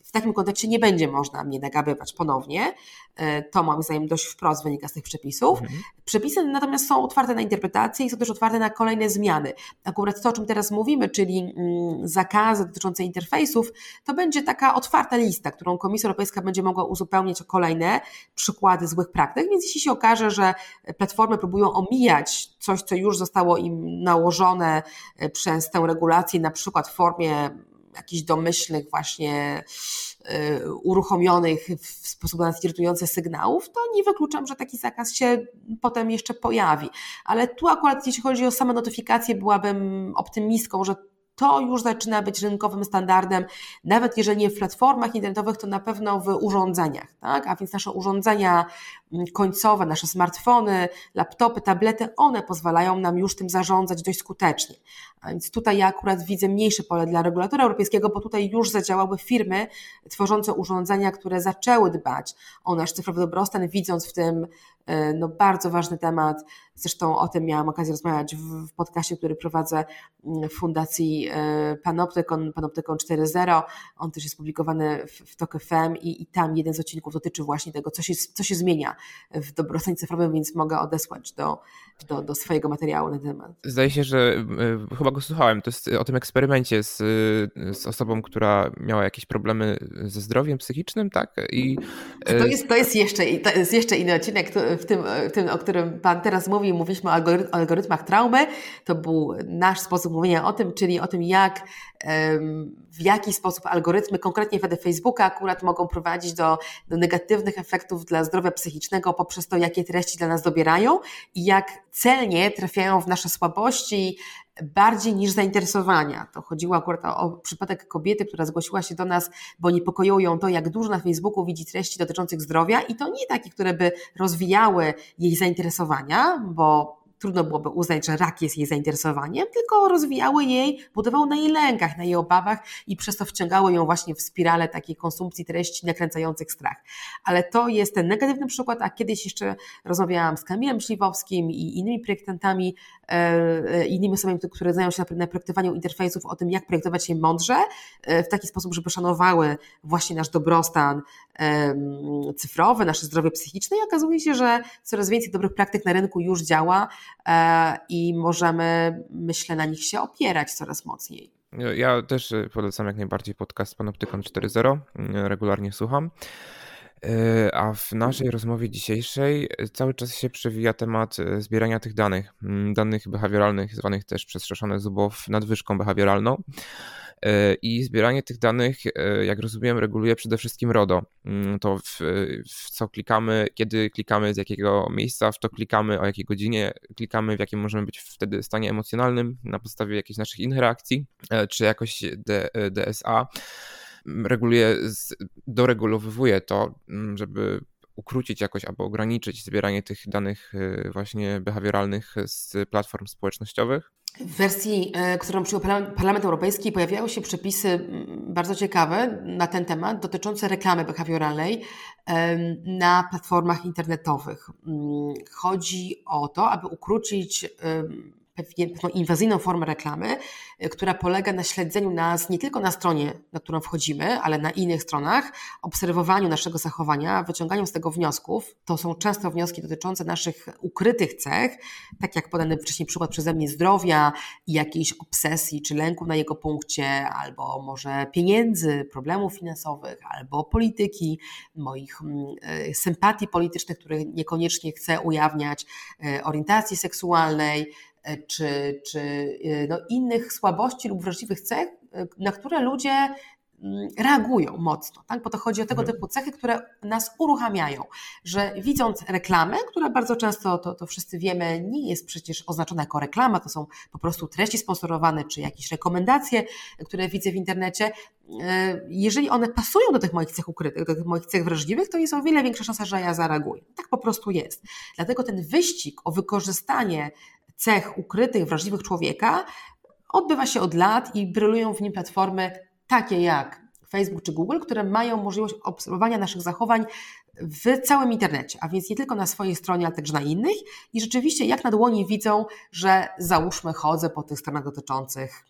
w takim kontekście nie będzie można mnie nagabywać ponownie. To moim zdaniem dość wprost wynika z tych przepisów. Mhm. Przepisy natomiast są otwarte na interpretacje i są też otwarte na kolejne zmiany. Akurat to, o czym teraz mówimy, czyli zakazy dotyczące interfejsów, to będzie taka otwarta lista, którą Komisja Europejska będzie mogła uzupełniać o kolejne przykłady złych praktyk, więc jeśli się okaże, że platformy próbują omijać coś, co już zostało im nałożone przez tę regulację, na przykład w formie jakichś domyślnych właśnie y, uruchomionych w sposób nas irytujący sygnałów, to nie wykluczam, że taki zakaz się potem jeszcze pojawi. Ale tu akurat jeśli chodzi o same notyfikacje, byłabym optymistką, że to już zaczyna być rynkowym standardem, nawet jeżeli nie w platformach internetowych, to na pewno w urządzeniach, tak? A więc nasze urządzenia końcowe, nasze smartfony, laptopy, tablety, one pozwalają nam już tym zarządzać dość skutecznie. A więc tutaj ja akurat widzę mniejsze pole dla regulatora europejskiego, bo tutaj już zadziałały firmy tworzące urządzenia, które zaczęły dbać o nasz cyfrowy dobrostan, widząc w tym no, bardzo ważny temat. Zresztą o tym miałam okazję rozmawiać w, w podcaście, który prowadzę w Fundacji Panoptykon, Panoptykon cztery zero. On też jest publikowany w, w Tok F M i, i tam jeden z odcinków dotyczy właśnie tego, co się, co się zmienia w dobrostanie cyfrowym, więc mogę odesłać do, do, do swojego materiału na temat. Zdaje się, że y, chyba go słuchałem, to jest o tym eksperymencie z, z osobą, która miała jakieś problemy ze zdrowiem psychicznym, tak? I, y... to, jest, to, jest jeszcze, to jest jeszcze inny odcinek, w tym, w tym, o którym Pan teraz mówi, mówiliśmy o algorytmach traumy. To był nasz sposób mówienia o tym, czyli o tym, jak w jaki sposób algorytmy, konkretnie wtedy Facebooka, akurat mogą prowadzić do, do negatywnych efektów dla zdrowia psychicznego poprzez to, jakie treści dla nas dobierają i jak celnie trafiają w nasze słabości bardziej niż zainteresowania. To chodziło akurat o, o przypadek kobiety, która zgłosiła się do nas, bo niepokoiło ją to, jak dużo na Facebooku widzi treści dotyczących zdrowia i to nie takie, które by rozwijały jej zainteresowania, bo trudno byłoby uznać, że rak jest jej zainteresowaniem, tylko rozwijały jej, budowały na jej lękach, na jej obawach i przez to wciągały ją właśnie w spiralę takiej konsumpcji treści nakręcających strach. Ale to jest ten negatywny przykład, a kiedyś jeszcze rozmawiałam z Kamilem Śliwowskim i innymi projektantami, e, innymi osobami, które znają się na, na projektowaniu interfejsów, o tym, jak projektować je mądrze, e, w taki sposób, żeby szanowały właśnie nasz dobrostan e, cyfrowy, nasze zdrowie psychiczne i okazuje się, że coraz więcej dobrych praktyk na rynku już działa, i możemy, myślę, na nich się opierać coraz mocniej. Ja też polecam jak najbardziej podcast Panoptykon cztery zero, regularnie słucham. A w naszej rozmowie dzisiejszej cały czas się przewija temat zbierania tych danych, danych behawioralnych, zwanych też przez Szoszanek Zubow nadwyżką behawioralną. I zbieranie tych danych, jak rozumiem, reguluje przede wszystkim RODO. To w, w co klikamy, kiedy klikamy, z jakiego miejsca w to klikamy, o jakiej godzinie klikamy, w jakim możemy być wtedy stanie emocjonalnym na podstawie jakichś naszych innych reakcji, czy jakoś D S A. Reguluje, doregulowuje to, żeby ukrócić jakoś albo ograniczyć zbieranie tych danych właśnie behawioralnych z platform społecznościowych. W wersji, którą przyjął Parlament Europejski, pojawiały się przepisy bardzo ciekawe na ten temat dotyczące reklamy behawioralnej na platformach internetowych. Chodzi o to, aby ukrócić pewną inwazyjną formę reklamy, która polega na śledzeniu nas nie tylko na stronie, na którą wchodzimy, ale na innych stronach, obserwowaniu naszego zachowania, wyciąganiu z tego wniosków. To są często wnioski dotyczące naszych ukrytych cech, tak jak podany wcześniej przykład przeze mnie zdrowia i jakiejś obsesji czy lęku na jego punkcie, albo może pieniędzy, problemów finansowych, albo polityki, moich sympatii politycznych, których niekoniecznie chcę ujawniać, orientacji seksualnej, czy, czy no innych słabości lub wrażliwych cech, na które ludzie reagują mocno, tak? Bo to chodzi o tego typu cechy, które nas uruchamiają, że widząc reklamę, która bardzo często, to, to wszyscy wiemy, nie jest przecież oznaczona jako reklama, to są po prostu treści sponsorowane, czy jakieś rekomendacje, które widzę w internecie, jeżeli one pasują do tych moich cech ukrytych, do tych moich cech wrażliwych, to jest o wiele większa szansa, że ja zareaguję. Tak po prostu jest. Dlatego ten wyścig o wykorzystanie cech ukrytych, wrażliwych człowieka odbywa się od lat i brylują w nim platformy takie jak Facebook czy Google, które mają możliwość obserwowania naszych zachowań w całym internecie, a więc nie tylko na swojej stronie, ale także na innych i rzeczywiście jak na dłoni widzą, że załóżmy chodzę po tych stronach dotyczących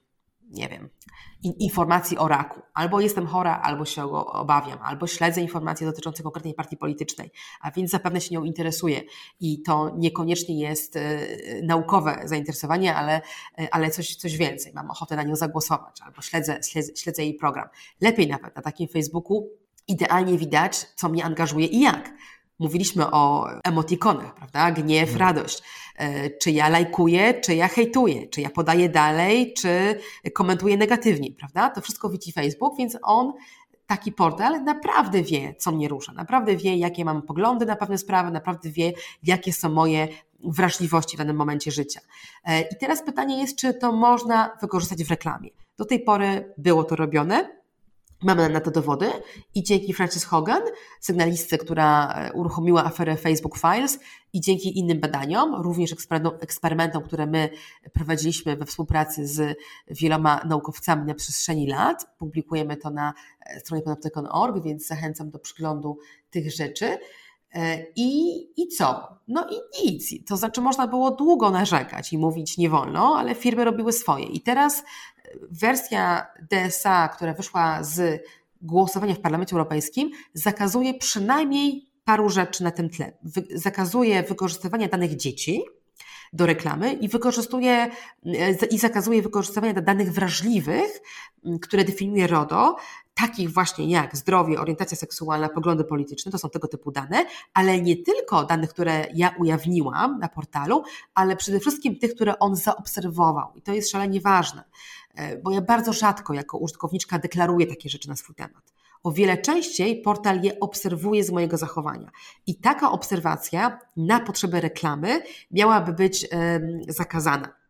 nie wiem, informacji o raku. Albo jestem chora, albo się go obawiam, albo śledzę informacje dotyczące konkretnej partii politycznej, a więc zapewne się nią interesuję. I to niekoniecznie jest y, naukowe zainteresowanie, ale, y, ale coś, coś więcej. Mam ochotę na nią zagłosować, albo śledzę, śledzę, śledzę jej program. Lepiej nawet na takim Facebooku idealnie widać, co mnie angażuje i jak. Mówiliśmy o emotikonach, prawda? Gniew, radość. Czy ja lajkuję, czy ja hejtuję, czy ja podaję dalej, czy komentuję negatywnie, prawda? To wszystko widzi Facebook, więc on, taki portal, naprawdę wie, co mnie rusza, naprawdę wie, jakie mam poglądy na pewne sprawy, naprawdę wie, jakie są moje wrażliwości w danym momencie życia. I teraz pytanie jest, czy to można wykorzystać w reklamie. Do tej pory było to robione. Mamy na to dowody i dzięki Frances Hogan, sygnalistce, która uruchomiła aferę Facebook Files i dzięki innym badaniom, również eksperymentom, które my prowadziliśmy we współpracy z wieloma naukowcami na przestrzeni lat, publikujemy to na stronie panoptykon kropka org, więc zachęcam do przyglądu tych rzeczy. I, I co? No i nic. To znaczy można było długo narzekać i mówić nie wolno, ale firmy robiły swoje. I teraz wersja D S A, która wyszła z głosowania w Parlamencie Europejskim, zakazuje przynajmniej paru rzeczy na tym tle. Wy, zakazuje wykorzystywania danych dzieci do reklamy i wykorzystuje i zakazuje wykorzystywania danych wrażliwych, które definiuje RODO, takich właśnie jak zdrowie, orientacja seksualna, poglądy polityczne, to są tego typu dane, ale nie tylko danych, które ja ujawniłam na portalu, ale przede wszystkim tych, które on zaobserwował. I to jest szalenie ważne, bo ja bardzo rzadko jako użytkowniczka deklaruję takie rzeczy na swój temat. O wiele częściej portal je obserwuje z mojego zachowania. I taka obserwacja na potrzeby reklamy miałaby być zakazana.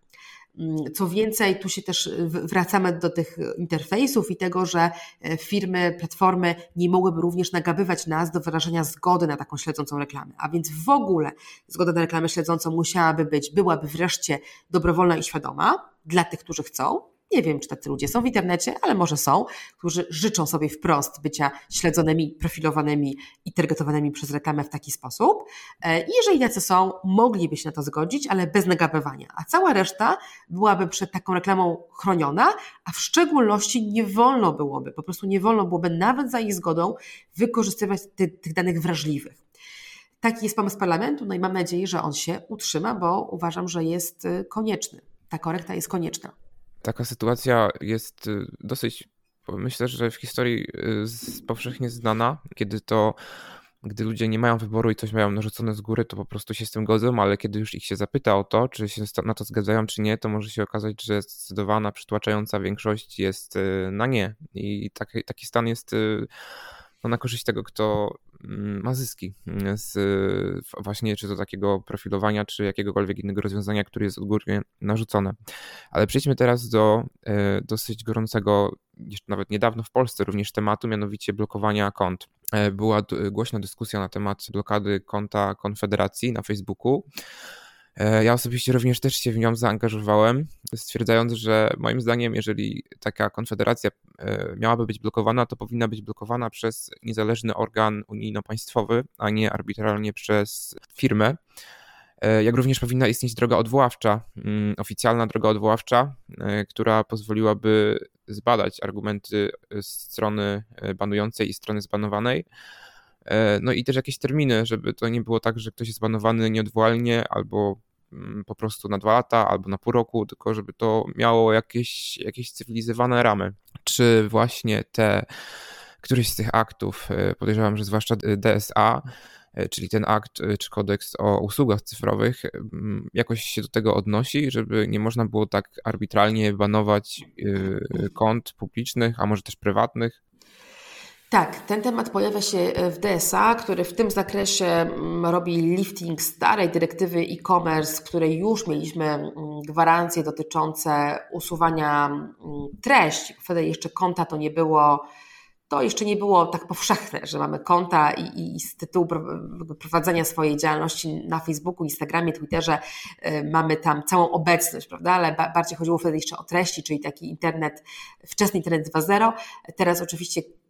Co więcej, tu się też wracamy do tych interfejsów i tego, że firmy, platformy nie mogłyby również nagabywać nas do wyrażenia zgody na taką śledzącą reklamę. A więc w ogóle zgoda na reklamę śledzącą musiałaby być, byłaby wreszcie dobrowolna i świadoma dla tych, którzy chcą. Nie wiem, czy tacy ludzie są w internecie, ale może są, którzy życzą sobie wprost bycia śledzonymi, profilowanymi i targetowanymi przez reklamę w taki sposób. I jeżeli tacy są, mogliby się na to zgodzić, ale bez nagabywania. A cała reszta byłaby przed taką reklamą chroniona, a w szczególności nie wolno byłoby, po prostu nie wolno byłoby nawet za ich zgodą wykorzystywać ty, tych danych wrażliwych. Taki jest pomysł parlamentu, no i mam nadzieję, że on się utrzyma, bo uważam, że jest konieczny. Ta korekta jest konieczna. Taka sytuacja jest dosyć, myślę, że w historii powszechnie znana, kiedy to, gdy ludzie nie mają wyboru i coś mają narzucone z góry, to po prostu się z tym godzą, ale kiedy już ich się zapyta o to, czy się na to zgadzają, czy nie, to może się okazać, że zdecydowana, przytłaczająca większość jest na nie. I taki, taki stan jest no, na korzyść tego, kto ma zyski z właśnie czy to takiego profilowania, czy jakiegokolwiek innego rozwiązania, które jest odgórnie narzucone. Ale przejdźmy teraz do e, dosyć gorącego, jeszcze nawet niedawno w Polsce również tematu, mianowicie blokowania kont. E, była d- głośna dyskusja na temat blokady konta Konfederacji na Facebooku. Ja osobiście również też się w nią zaangażowałem, stwierdzając, że moim zdaniem, jeżeli taka konfederacja miałaby być blokowana, to powinna być blokowana przez niezależny organ unijno-państwowy, a nie arbitralnie przez firmę. Jak również powinna istnieć droga odwoławcza, oficjalna droga odwoławcza, która pozwoliłaby zbadać argumenty strony banującej i strony zbanowanej. No i też jakieś terminy, żeby to nie było tak, że ktoś jest zbanowany nieodwołalnie albo po prostu na dwa lata albo na pół roku, tylko żeby to miało jakieś, jakieś cywilizowane ramy. Czy właśnie te, któryś z tych aktów, podejrzewam, że zwłaszcza D S A, czyli ten akt czy kodeks o usługach cyfrowych, jakoś się do tego odnosi, żeby nie można było tak arbitralnie banować kont publicznych, a może też prywatnych? Tak, ten temat pojawia się w D S A, który w tym zakresie robi lifting starej dyrektywy e-commerce, w której już mieliśmy gwarancje dotyczące usuwania treści. Wtedy jeszcze konta to nie było, to jeszcze nie było tak powszechne, że mamy konta i, i z tytułu prowadzenia swojej działalności na Facebooku, Instagramie, Twitterze mamy tam całą obecność, prawda? Ale bardziej chodziło wtedy jeszcze o treści, czyli taki internet, wczesny internet dwa zero. Teraz oczywiście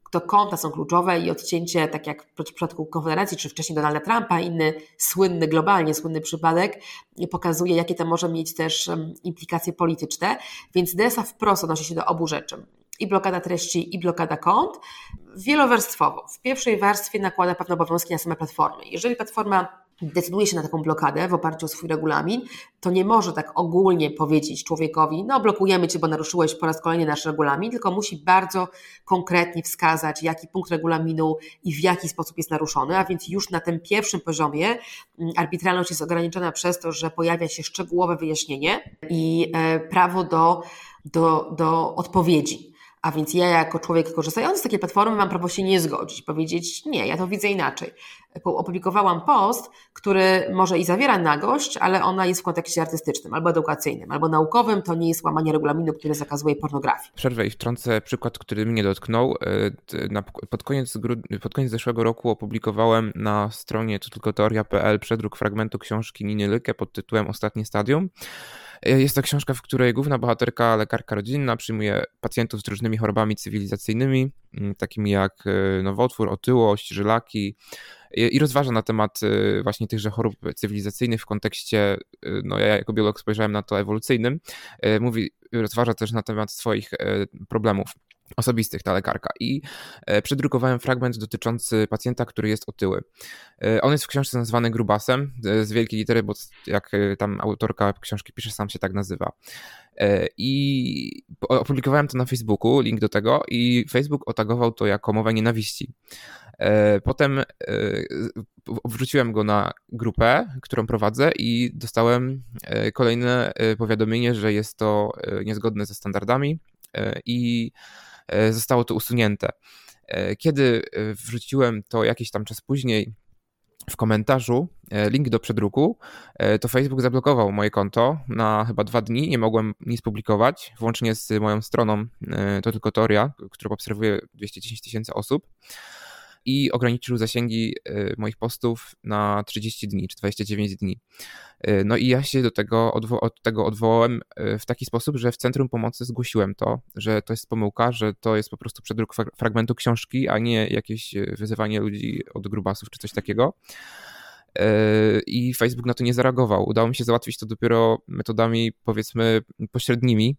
to konta są kluczowe i odcięcie, tak jak w przypadku Konfederacji, czy wcześniej Donalda Trumpa, inny słynny, globalnie słynny przypadek, pokazuje, jakie to może mieć też implikacje polityczne, więc D S A wprost odnosi się do obu rzeczy. I blokada treści, i blokada kont, wielowarstwowo. W pierwszej warstwie nakłada pewne obowiązki na same platformy. Jeżeli platforma decyduje się na taką blokadę w oparciu o swój regulamin, to nie może tak ogólnie powiedzieć człowiekowi, no blokujemy Cię, bo naruszyłeś po raz kolejny nasz regulamin, tylko musi bardzo konkretnie wskazać, jaki punkt regulaminu i w jaki sposób jest naruszony, a więc już na tym pierwszym poziomie arbitralność jest ograniczona przez to, że pojawia się szczegółowe wyjaśnienie i prawo do, do, do odpowiedzi. A więc ja jako człowiek korzystający z takiej platformy mam prawo się nie zgodzić, powiedzieć nie, ja to widzę inaczej. Opublikowałam post, który może i zawiera nagość, ale ona jest w kontekście artystycznym, albo edukacyjnym, albo naukowym, to nie jest łamanie regulaminu, który zakazuje pornografii. Przerwę i wtrącę przykład, który mnie dotknął. Pod koniec, pod koniec zeszłego roku opublikowałem na stronie to tylko teoria kropka p l przedruk fragmentu książki Niny Lyke pod tytułem Ostatnie stadium. Jest to książka, w której główna bohaterka, lekarka rodzinna, przyjmuje pacjentów z różnymi chorobami cywilizacyjnymi, takimi jak nowotwór, otyłość, żylaki i rozważa na temat właśnie tychże chorób cywilizacyjnych w kontekście, no ja jako biolog spojrzałem na to ewolucyjnym, mówi, rozważa też na temat swoich problemów osobistych ta lekarka i przedrukowałem fragment dotyczący pacjenta, który jest otyły. On jest w książce nazwany grubasem z wielkiej litery, bo jak tam autorka książki pisze, sam się tak nazywa. I opublikowałem to na Facebooku, link do tego, i Facebook otagował to jako mowę nienawiści. Potem wrzuciłem go na grupę, którą prowadzę i dostałem kolejne powiadomienie, że jest to niezgodne ze standardami i zostało to usunięte. Kiedy wrzuciłem to jakiś tam czas później w komentarzu link do przedruku, to Facebook zablokował moje konto na chyba dwa dni, nie mogłem nic publikować, włącznie z moją stroną To tylko teoria, którą obserwuje dwieście dziesięć tysięcy osób, i ograniczył zasięgi moich postów na trzydzieści dni czy dwadzieścia dziewięć dni. No i ja się do tego, odwo- od tego odwołałem w taki sposób, że w Centrum Pomocy zgłosiłem to, że to jest pomyłka, że to jest po prostu przedruk fragmentu książki, a nie jakieś wyzywanie ludzi od grubasów czy coś takiego. I Facebook na to nie zareagował. Udało mi się załatwić to dopiero metodami, powiedzmy, pośrednimi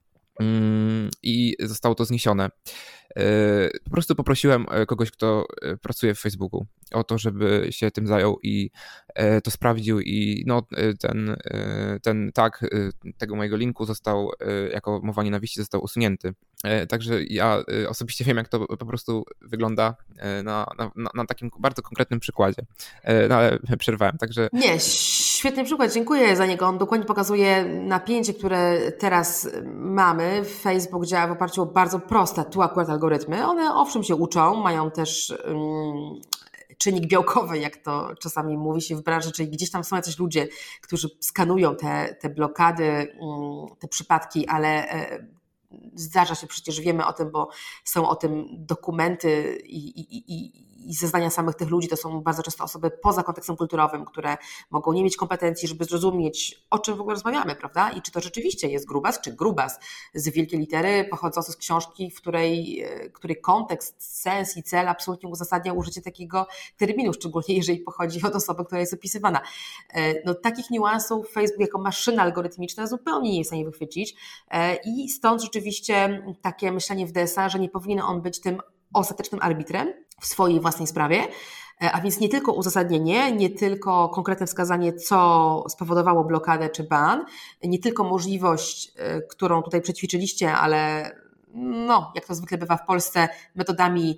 i zostało to zniesione. Po prostu poprosiłem kogoś, kto pracuje w Facebooku, o to, żeby się tym zajął i to sprawdził, i no ten, ten tag tego mojego linku został, jako mowa nienawiści, został usunięty. Także ja osobiście wiem, jak to po prostu wygląda na, na, na takim bardzo konkretnym przykładzie, no ale przerwałem, także... Nie, świetny przykład, dziękuję za niego. On dokładnie pokazuje napięcie, które teraz mamy. Facebook działa w oparciu o bardzo proste, tu akurat algorytmy. One owszem się uczą, mają też um, czynnik białkowy, jak to czasami mówi się w branży, czyli gdzieś tam są jacyś ludzie, którzy skanują te, te blokady, um, te przypadki, ale zdarza się, przecież wiemy o tym, bo są o tym dokumenty i, i, i, i zeznania samych tych ludzi. To są bardzo często osoby poza kontekstem kulturowym, które mogą nie mieć kompetencji, żeby zrozumieć, o czym w ogóle rozmawiamy, prawda? I czy to rzeczywiście jest grubas, czy grubas z wielkiej litery, pochodzący z książki, w której, której kontekst, sens i cel absolutnie uzasadnia użycie takiego terminu, szczególnie jeżeli pochodzi od osoby, która jest opisywana. No, takich niuansów Facebook jako maszyna algorytmiczna zupełnie nie jest w stanie wychwycić i stąd rzeczywiście takie myślenie w D S A, że nie powinien on być tym ostatecznym arbitrem w swojej własnej sprawie, a więc nie tylko uzasadnienie, nie tylko konkretne wskazanie, co spowodowało blokadę czy ban, nie tylko możliwość, którą tutaj przećwiczyliście, ale no, jak to zwykle bywa w Polsce, metodami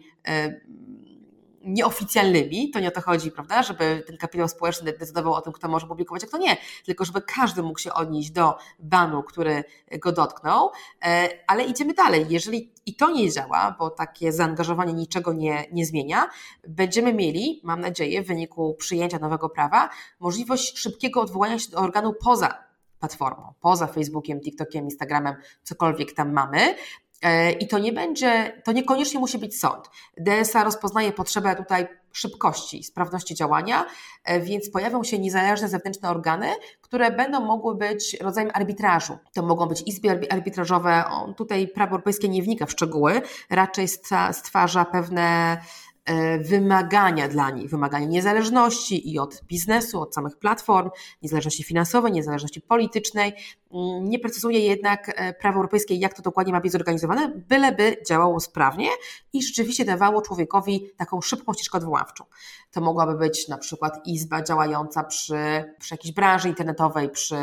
nieoficjalnymi, to nie o to chodzi, prawda, żeby ten kapitał społeczny decydował o tym, kto może publikować, a kto nie, tylko żeby każdy mógł się odnieść do banu, który go dotknął, ale idziemy dalej. Jeżeli i to nie działa, bo takie zaangażowanie niczego nie, nie zmienia, będziemy mieli, mam nadzieję, w wyniku przyjęcia nowego prawa, możliwość szybkiego odwołania się do organu poza platformą, poza Facebookiem, TikTokiem, Instagramem, cokolwiek tam mamy. I to nie będzie, to niekoniecznie musi być sąd. D S A rozpoznaje potrzebę tutaj szybkości i sprawności działania, więc pojawią się niezależne zewnętrzne organy, które będą mogły być rodzajem arbitrażu. To mogą być izby arbitrażowe. On tutaj prawo europejskie nie wnika w szczegóły, raczej stwarza pewne wymagania dla nich, wymagania niezależności i od biznesu, od samych platform, niezależności finansowej, niezależności politycznej. Nie precyzuje jednak prawo europejskie, jak to dokładnie ma być zorganizowane, byleby działało sprawnie i rzeczywiście dawało człowiekowi taką szybką ścieżkę odwoławczą. To mogłaby być na przykład izba działająca przy, przy jakiejś branży internetowej, przy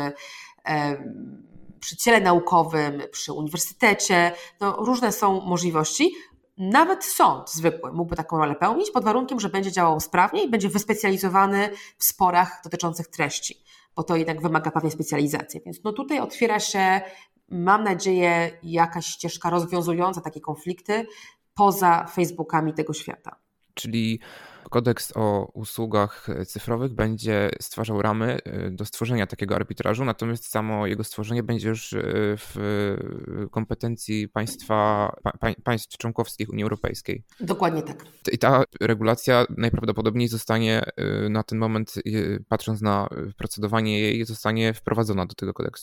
przy ciele naukowym, przy uniwersytecie. No, różne są możliwości. Nawet sąd zwykły mógłby taką rolę pełnić pod warunkiem, że będzie działał sprawnie i będzie wyspecjalizowany w sporach dotyczących treści, bo to jednak wymaga pewnej specjalizacji. Więc no tutaj otwiera się, mam nadzieję, jakaś ścieżka rozwiązująca takie konflikty poza Facebookami tego świata. Czyli kodeks o usługach cyfrowych będzie stwarzał ramy do stworzenia takiego arbitrażu, natomiast samo jego stworzenie będzie już w kompetencji państwa, pa, państw członkowskich Unii Europejskiej. Dokładnie tak. I ta regulacja najprawdopodobniej zostanie na ten moment, patrząc na procedowanie jej, zostanie wprowadzona do tego kodeksu.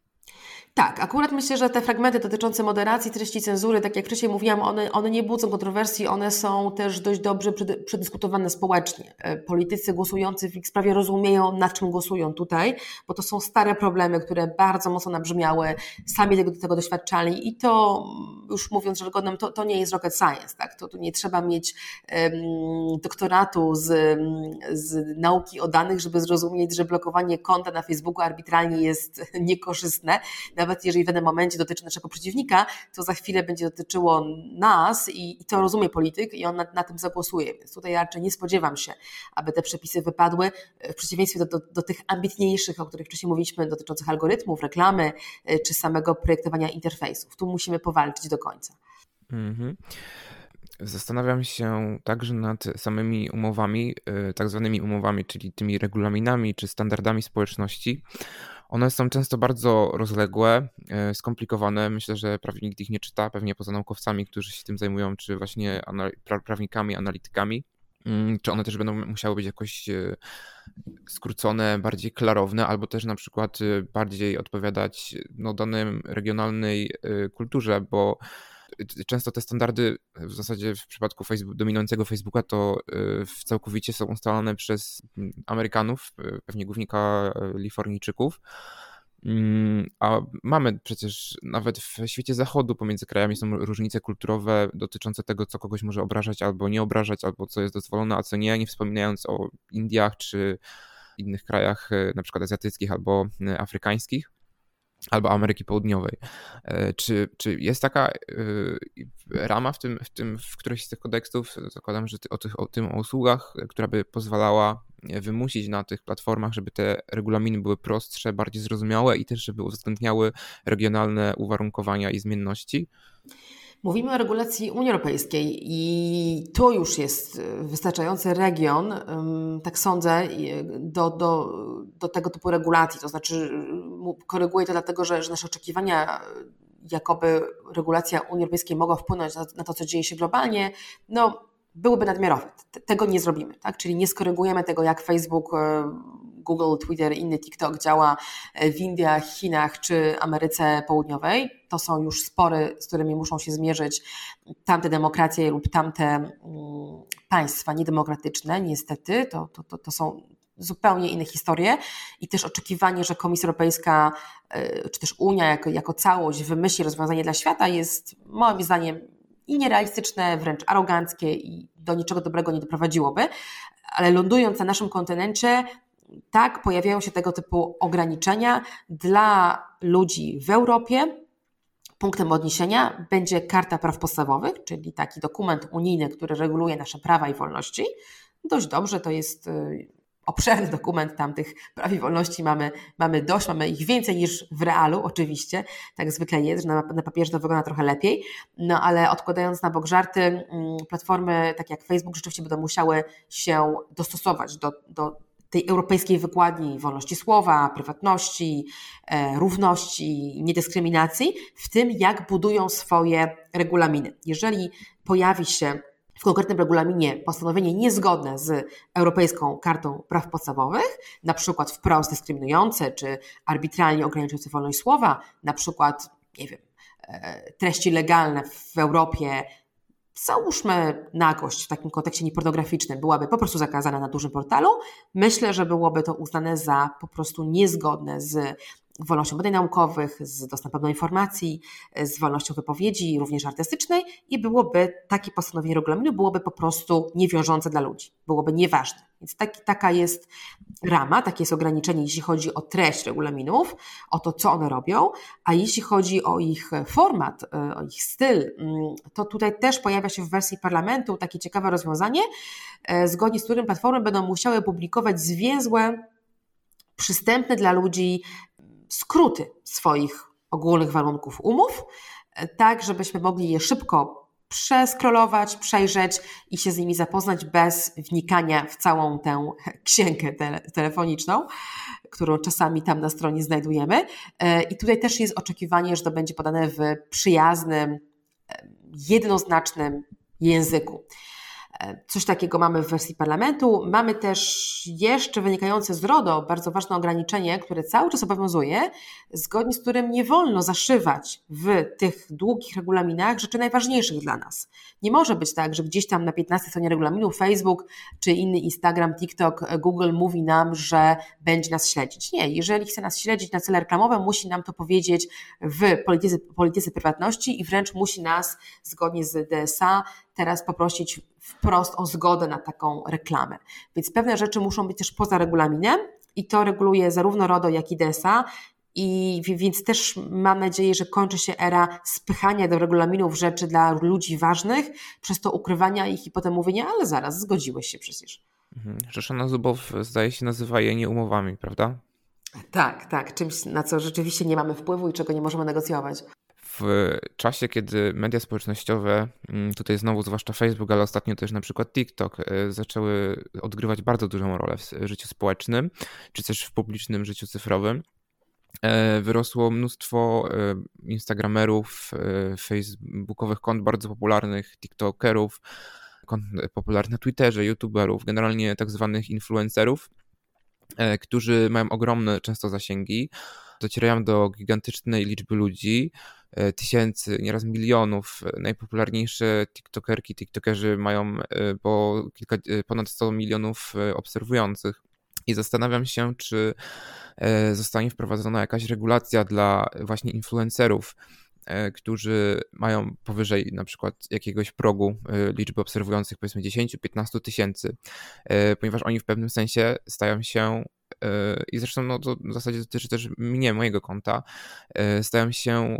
Tak, akurat myślę, że te fragmenty dotyczące moderacji treści, cenzury, tak jak wcześniej mówiłam, one, one nie budzą kontrowersji, one są też dość dobrze przedyskutowane społecznie. Politycy głosujący w ich sprawie rozumieją, nad czym głosują tutaj, bo to są stare problemy, które bardzo mocno nabrzmiały, sami tego, tego doświadczali i to, już mówiąc żargonem, to, to nie jest rocket science, tak? To, to nie trzeba mieć um, doktoratu z, z nauki o danych, żeby zrozumieć, że blokowanie konta na Facebooku arbitralnie jest niekorzystne. Nawet jeżeli w danym momencie dotyczy naszego przeciwnika, to za chwilę będzie dotyczyło nas i, i to rozumie polityk i on na, na tym zagłosuje. Więc tutaj raczej nie spodziewam się, aby te przepisy wypadły w przeciwieństwie do, do, do tych ambitniejszych, o których wcześniej mówiliśmy, dotyczących algorytmów, reklamy czy samego projektowania interfejsów. Tu musimy powalczyć do końca. Mhm. Zastanawiam się także nad samymi umowami, tak zwanymi umowami, czyli tymi regulaminami czy standardami społeczności. One są często bardzo rozległe, skomplikowane. Myślę, że prawie nikt ich nie czyta, pewnie poza naukowcami, którzy się tym zajmują, czy właśnie prawnikami, analitykami. Czy one też będą musiały być jakoś skrócone, bardziej klarowne, albo też na przykład bardziej odpowiadać no, danej regionalnej kulturze, bo często te standardy w zasadzie w przypadku Facebook, dominującego Facebooka to w całkowicie są ustalane przez Amerykanów, pewnie głównie Kalifornijczyków, a mamy przecież nawet w świecie zachodu pomiędzy krajami są różnice kulturowe dotyczące tego, co kogoś może obrażać albo nie obrażać, albo co jest dozwolone, a co nie, nie wspominając o Indiach czy innych krajach na przykład azjatyckich albo afrykańskich, albo Ameryki Południowej. Czy, czy jest taka rama w tym, w tym, w którymś z tych kodeksów, zakładam, że o, tych, o tym o usługach, która by pozwalała wymusić na tych platformach, żeby te regulaminy były prostsze, bardziej zrozumiałe i też żeby uwzględniały regionalne uwarunkowania i zmienności? Mówimy o regulacji Unii Europejskiej i to już jest wystarczający region, tak sądzę, do, do, do tego typu regulacji. To znaczy koryguję to dlatego, że, że nasze oczekiwania, jakoby regulacja Unii Europejskiej mogła wpłynąć na, na to, co dzieje się globalnie, no byłyby nadmiarowe. Tego nie zrobimy, tak? Czyli nie skorygujemy tego, jak Facebook, Google, Twitter, inny TikTok działa w Indiach, Chinach czy Ameryce Południowej. To są już spory, z którymi muszą się zmierzyć tamte demokracje lub tamte państwa niedemokratyczne. Niestety to, to, to, to są zupełnie inne historie i też oczekiwanie, że Komisja Europejska czy też Unia jako, jako całość wymyśli rozwiązanie dla świata jest moim zdaniem i nierealistyczne, wręcz aroganckie i do niczego dobrego nie doprowadziłoby, ale lądując na naszym kontynencie, tak, pojawiają się tego typu ograniczenia dla ludzi w Europie. Punktem odniesienia będzie Karta Praw Podstawowych, czyli taki dokument unijny, który reguluje nasze prawa i wolności. Dość dobrze, to jest obszerny dokument, tam tych praw i wolności mamy, mamy dość, mamy ich więcej niż w realu, oczywiście, tak zwykle jest, że na, na papierze to wygląda trochę lepiej, no ale odkładając na bok żarty, platformy takie jak Facebook rzeczywiście będą musiały się dostosować do, do tej europejskiej wykładni wolności słowa, prywatności, e, równości, niedyskryminacji, w tym jak budują swoje regulaminy. Jeżeli pojawi się w konkretnym regulaminie postanowienie niezgodne z Europejską Kartą Praw Podstawowych, na przykład wprost dyskryminujące czy arbitralnie ograniczające wolność słowa, na przykład, nie wiem, treści legalne w Europie, załóżmy nagość w takim kontekście niepornograficznym, byłaby po prostu zakazana na dużym portalu, myślę, że byłoby to uznane za po prostu niezgodne z wolnością badań naukowych, z dostępem do informacji, z wolnością wypowiedzi, również artystycznej i byłoby, takie postanowienie regulaminu byłoby po prostu niewiążące dla ludzi, byłoby nieważne. Więc taki, taka jest rama, takie jest ograniczenie, jeśli chodzi o treść regulaminów, o to, co one robią, a jeśli chodzi o ich format, o ich styl, to tutaj też pojawia się w wersji parlamentu takie ciekawe rozwiązanie, zgodnie z którym platformy będą musiały publikować zwięzłe, przystępne dla ludzi skróty swoich ogólnych warunków umów, tak żebyśmy mogli je szybko przeskrolować, przejrzeć i się z nimi zapoznać bez wnikania w całą tę księgę tele, telefoniczną, którą czasami tam na stronie znajdujemy. I tutaj też jest oczekiwanie, że to będzie podane w przyjaznym, jednoznacznym języku. Coś takiego mamy w wersji parlamentu. Mamy też jeszcze wynikające z RODO bardzo ważne ograniczenie, które cały czas obowiązuje, zgodnie z którym nie wolno zaszywać w tych długich regulaminach rzeczy najważniejszych dla nas. Nie może być tak, że gdzieś tam na piętnastej stronie regulaminu Facebook czy inny Instagram, TikTok, Google mówi nam, że będzie nas śledzić. Nie, jeżeli chce nas śledzić na cele reklamowe, musi nam to powiedzieć w polityce, polityce prywatności i wręcz musi nas zgodnie z D S A teraz poprosić wprost o zgodę na taką reklamę. Więc pewne rzeczy muszą być też poza regulaminem i to reguluje zarówno RODO, jak i D S A. I więc też mam nadzieję, że kończy się era spychania do regulaminów rzeczy dla ludzi ważnych, przez to ukrywania ich i potem mówienia, ale zaraz, zgodziłeś się przecież. Mhm. Rzeszana Zubow zdaje się nazywa je nieumowami, prawda? Tak, tak, czymś, na co rzeczywiście nie mamy wpływu i czego nie możemy negocjować. W czasie, kiedy media społecznościowe, tutaj znowu zwłaszcza Facebook, ale ostatnio też na przykład TikTok, zaczęły odgrywać bardzo dużą rolę w życiu społecznym, czy też w publicznym życiu cyfrowym, wyrosło mnóstwo instagramerów, facebookowych kont bardzo popularnych, tiktokerów, kont popularnych na Twitterze, youtuberów, generalnie tak zwanych influencerów, którzy mają ogromne często zasięgi, docierają do gigantycznej liczby ludzi, tysięcy, nieraz milionów. Najpopularniejsze tiktokerki, tiktokerzy mają po kilka, ponad sto milionów obserwujących. I zastanawiam się, czy zostanie wprowadzona jakaś regulacja dla właśnie influencerów, którzy mają powyżej na przykład jakiegoś progu liczby obserwujących, powiedzmy dziesięć do piętnastu tysięcy, ponieważ oni w pewnym sensie stają się, i zresztą no to w zasadzie dotyczy też mnie, mojego konta, stają się,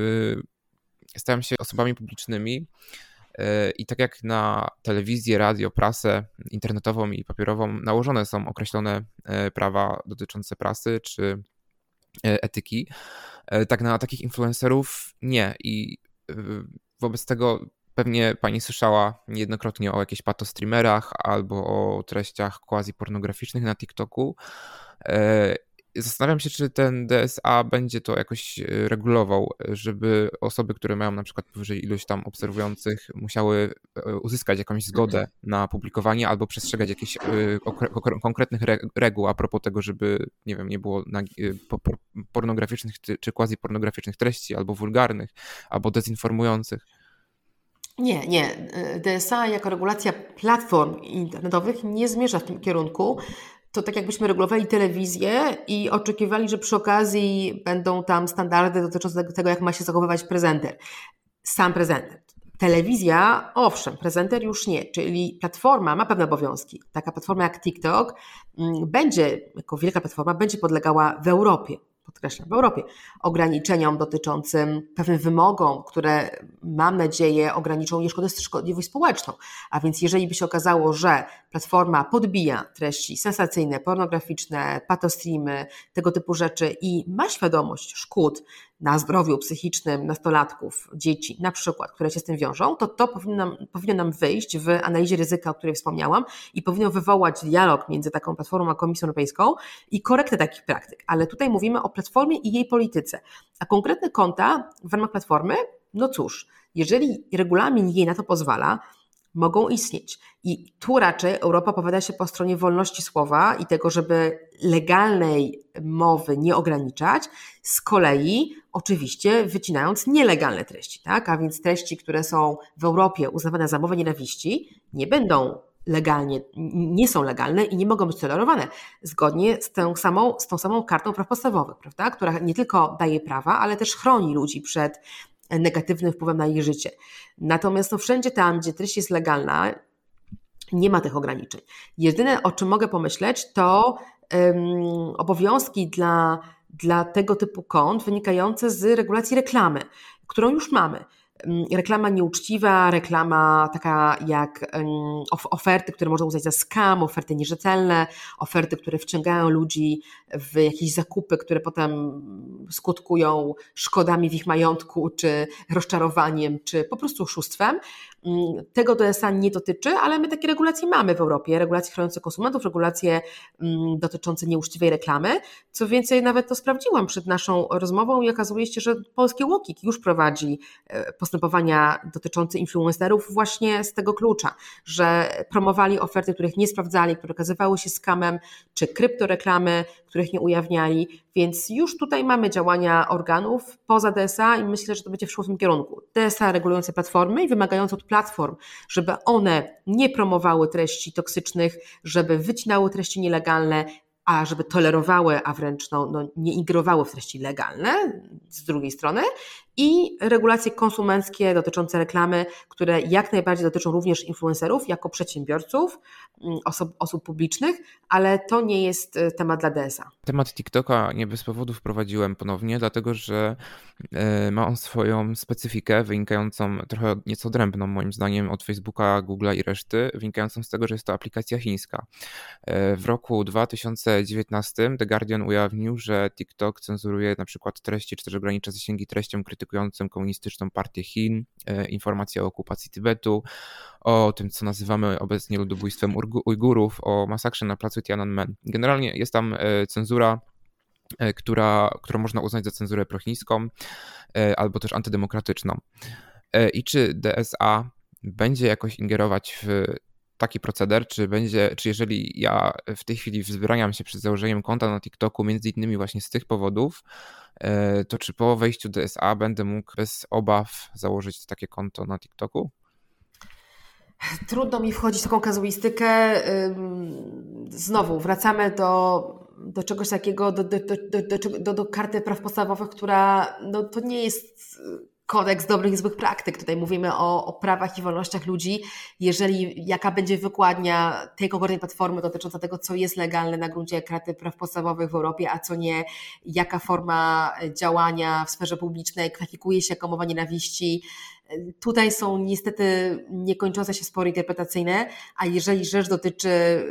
stają się osobami publicznymi i tak jak na telewizję, radio, prasę internetową i papierową nałożone są określone prawa dotyczące prasy czy etyki, tak na takich influencerów nie. I wobec tego pewnie pani słyszała niejednokrotnie o jakichś patostreamerach albo o treściach quasi-pornograficznych na TikToku. Zastanawiam się, czy ten D S A będzie to jakoś regulował, żeby osoby, które mają na przykład powyżej iluś tam obserwujących, musiały uzyskać jakąś zgodę na publikowanie albo przestrzegać jakichś konkretnych reguł a propos tego, żeby, nie wiem, nie było pornograficznych czy quasi-pornograficznych treści, albo wulgarnych, albo dezinformujących. Nie, nie. D S A jako regulacja platform internetowych nie zmierza w tym kierunku. To tak jakbyśmy regulowali telewizję i oczekiwali, że przy okazji będą tam standardy dotyczące tego, jak ma się zachowywać prezenter. Sam prezenter. Telewizja, owszem, prezenter już nie, czyli platforma ma pewne obowiązki. Taka platforma jak TikTok będzie, jako wielka platforma, będzie podlegała w Europie, podkreślam, w Europie, ograniczeniom dotyczącym pewnym wymogom, które mam nadzieję ograniczą jej szkodliwość społeczną. A więc jeżeli by się okazało, że platforma podbija treści sensacyjne, pornograficzne, patostreamy, tego typu rzeczy i ma świadomość szkód na zdrowiu psychicznym nastolatków, dzieci na przykład, które się z tym wiążą, to to powinno nam, powinno nam wyjść w analizie ryzyka, o której wspomniałam i powinno wywołać dialog między taką platformą a Komisją Europejską i korektę takich praktyk. Ale tutaj mówimy o platformie i jej polityce. A konkretne konta w ramach platformy, no cóż, jeżeli regulamin jej na to pozwala, mogą istnieć. I tu raczej Europa opowiada się po stronie wolności słowa i tego, żeby legalnej mowy nie ograniczać, z kolei oczywiście wycinając nielegalne treści, tak? A więc treści, które są w Europie uznawane za mowę nienawiści, nie będą legalnie, nie są legalne i nie mogą być tolerowane zgodnie z tą samą, z tą samą kartą praw podstawowych, prawda? Która nie tylko daje prawa, ale też chroni ludzi przed negatywnym wpływem na ich życie. Natomiast no, wszędzie tam, gdzie treść jest legalna, nie ma tych ograniczeń. Jedyne, o czym mogę pomyśleć, to um, obowiązki dla, dla tego typu kont wynikające z regulacji reklamy, którą już mamy. Reklama nieuczciwa, reklama taka jak oferty, które można uznać za scam, oferty nierzetelne, oferty, które wciągają ludzi w jakieś zakupy, które potem skutkują szkodami w ich majątku, czy rozczarowaniem, czy po prostu oszustwem. Tego D S A nie dotyczy, ale my takie regulacje mamy w Europie, regulacje chroniące konsumentów, regulacje dotyczące nieuczciwej reklamy. Co więcej, nawet to sprawdziłam przed naszą rozmową i okazuje się, że polskie UOKiK już prowadzi postępowania dotyczące influencerów właśnie z tego klucza, że promowali oferty, których nie sprawdzali, które okazywały się scamem, czy kryptoreklamy, których nie ujawniali, więc już tutaj mamy działania organów poza D S A i myślę, że to będzie szło w tym kierunku. D S A regulujące platformy i wymagające od platform, żeby one nie promowały treści toksycznych, żeby wycinały treści nielegalne, a żeby tolerowały, a wręcz no, no, nie ingerowały w treści legalne z drugiej strony, i regulacje konsumenckie dotyczące reklamy, które jak najbardziej dotyczą również influencerów jako przedsiębiorców, osób, osób publicznych, ale to nie jest temat dla D S A. Temat TikToka nie bez powodu wprowadziłem ponownie, dlatego że ma on swoją specyfikę wynikającą trochę nieco odrębną moim zdaniem od Facebooka, Google'a i reszty, wynikającą z tego, że jest to aplikacja chińska. W roku dwa tysiące dziewiętnastym The Guardian ujawnił, że TikTok cenzuruje na przykład treści, czy też ogranicza zasięgi treściom krytykującym komunistyczną partię Chin, informacje o okupacji Tybetu, o tym, co nazywamy obecnie ludobójstwem Ujgurów, o masakrze na placu Tiananmen. Generalnie jest tam cenzura, która, którą można uznać za cenzurę prochińską albo też antydemokratyczną. I czy D S A będzie jakoś ingerować w taki proceder, czy będzie, czy jeżeli ja w tej chwili wzbraniam się przed założeniem konta na TikToku, między innymi właśnie z tych powodów, to czy po wejściu D S A będę mógł bez obaw założyć takie konto na TikToku? Trudno mi wchodzić w taką kazuistykę. Znowu wracamy do, do czegoś takiego, do, do, do, do, do karty praw podstawowych, która no, to nie jest kodeks dobrych i złych praktyk. Tutaj mówimy o, o prawach i wolnościach ludzi. Jeżeli jaka będzie wykładnia tej konkretnej platformy dotycząca tego, co jest legalne na gruncie karty praw podstawowych w Europie, a co nie, jaka forma działania w sferze publicznej kwalifikuje się jako mowa nienawiści. Tutaj są niestety niekończące się spory interpretacyjne, a jeżeli rzecz dotyczy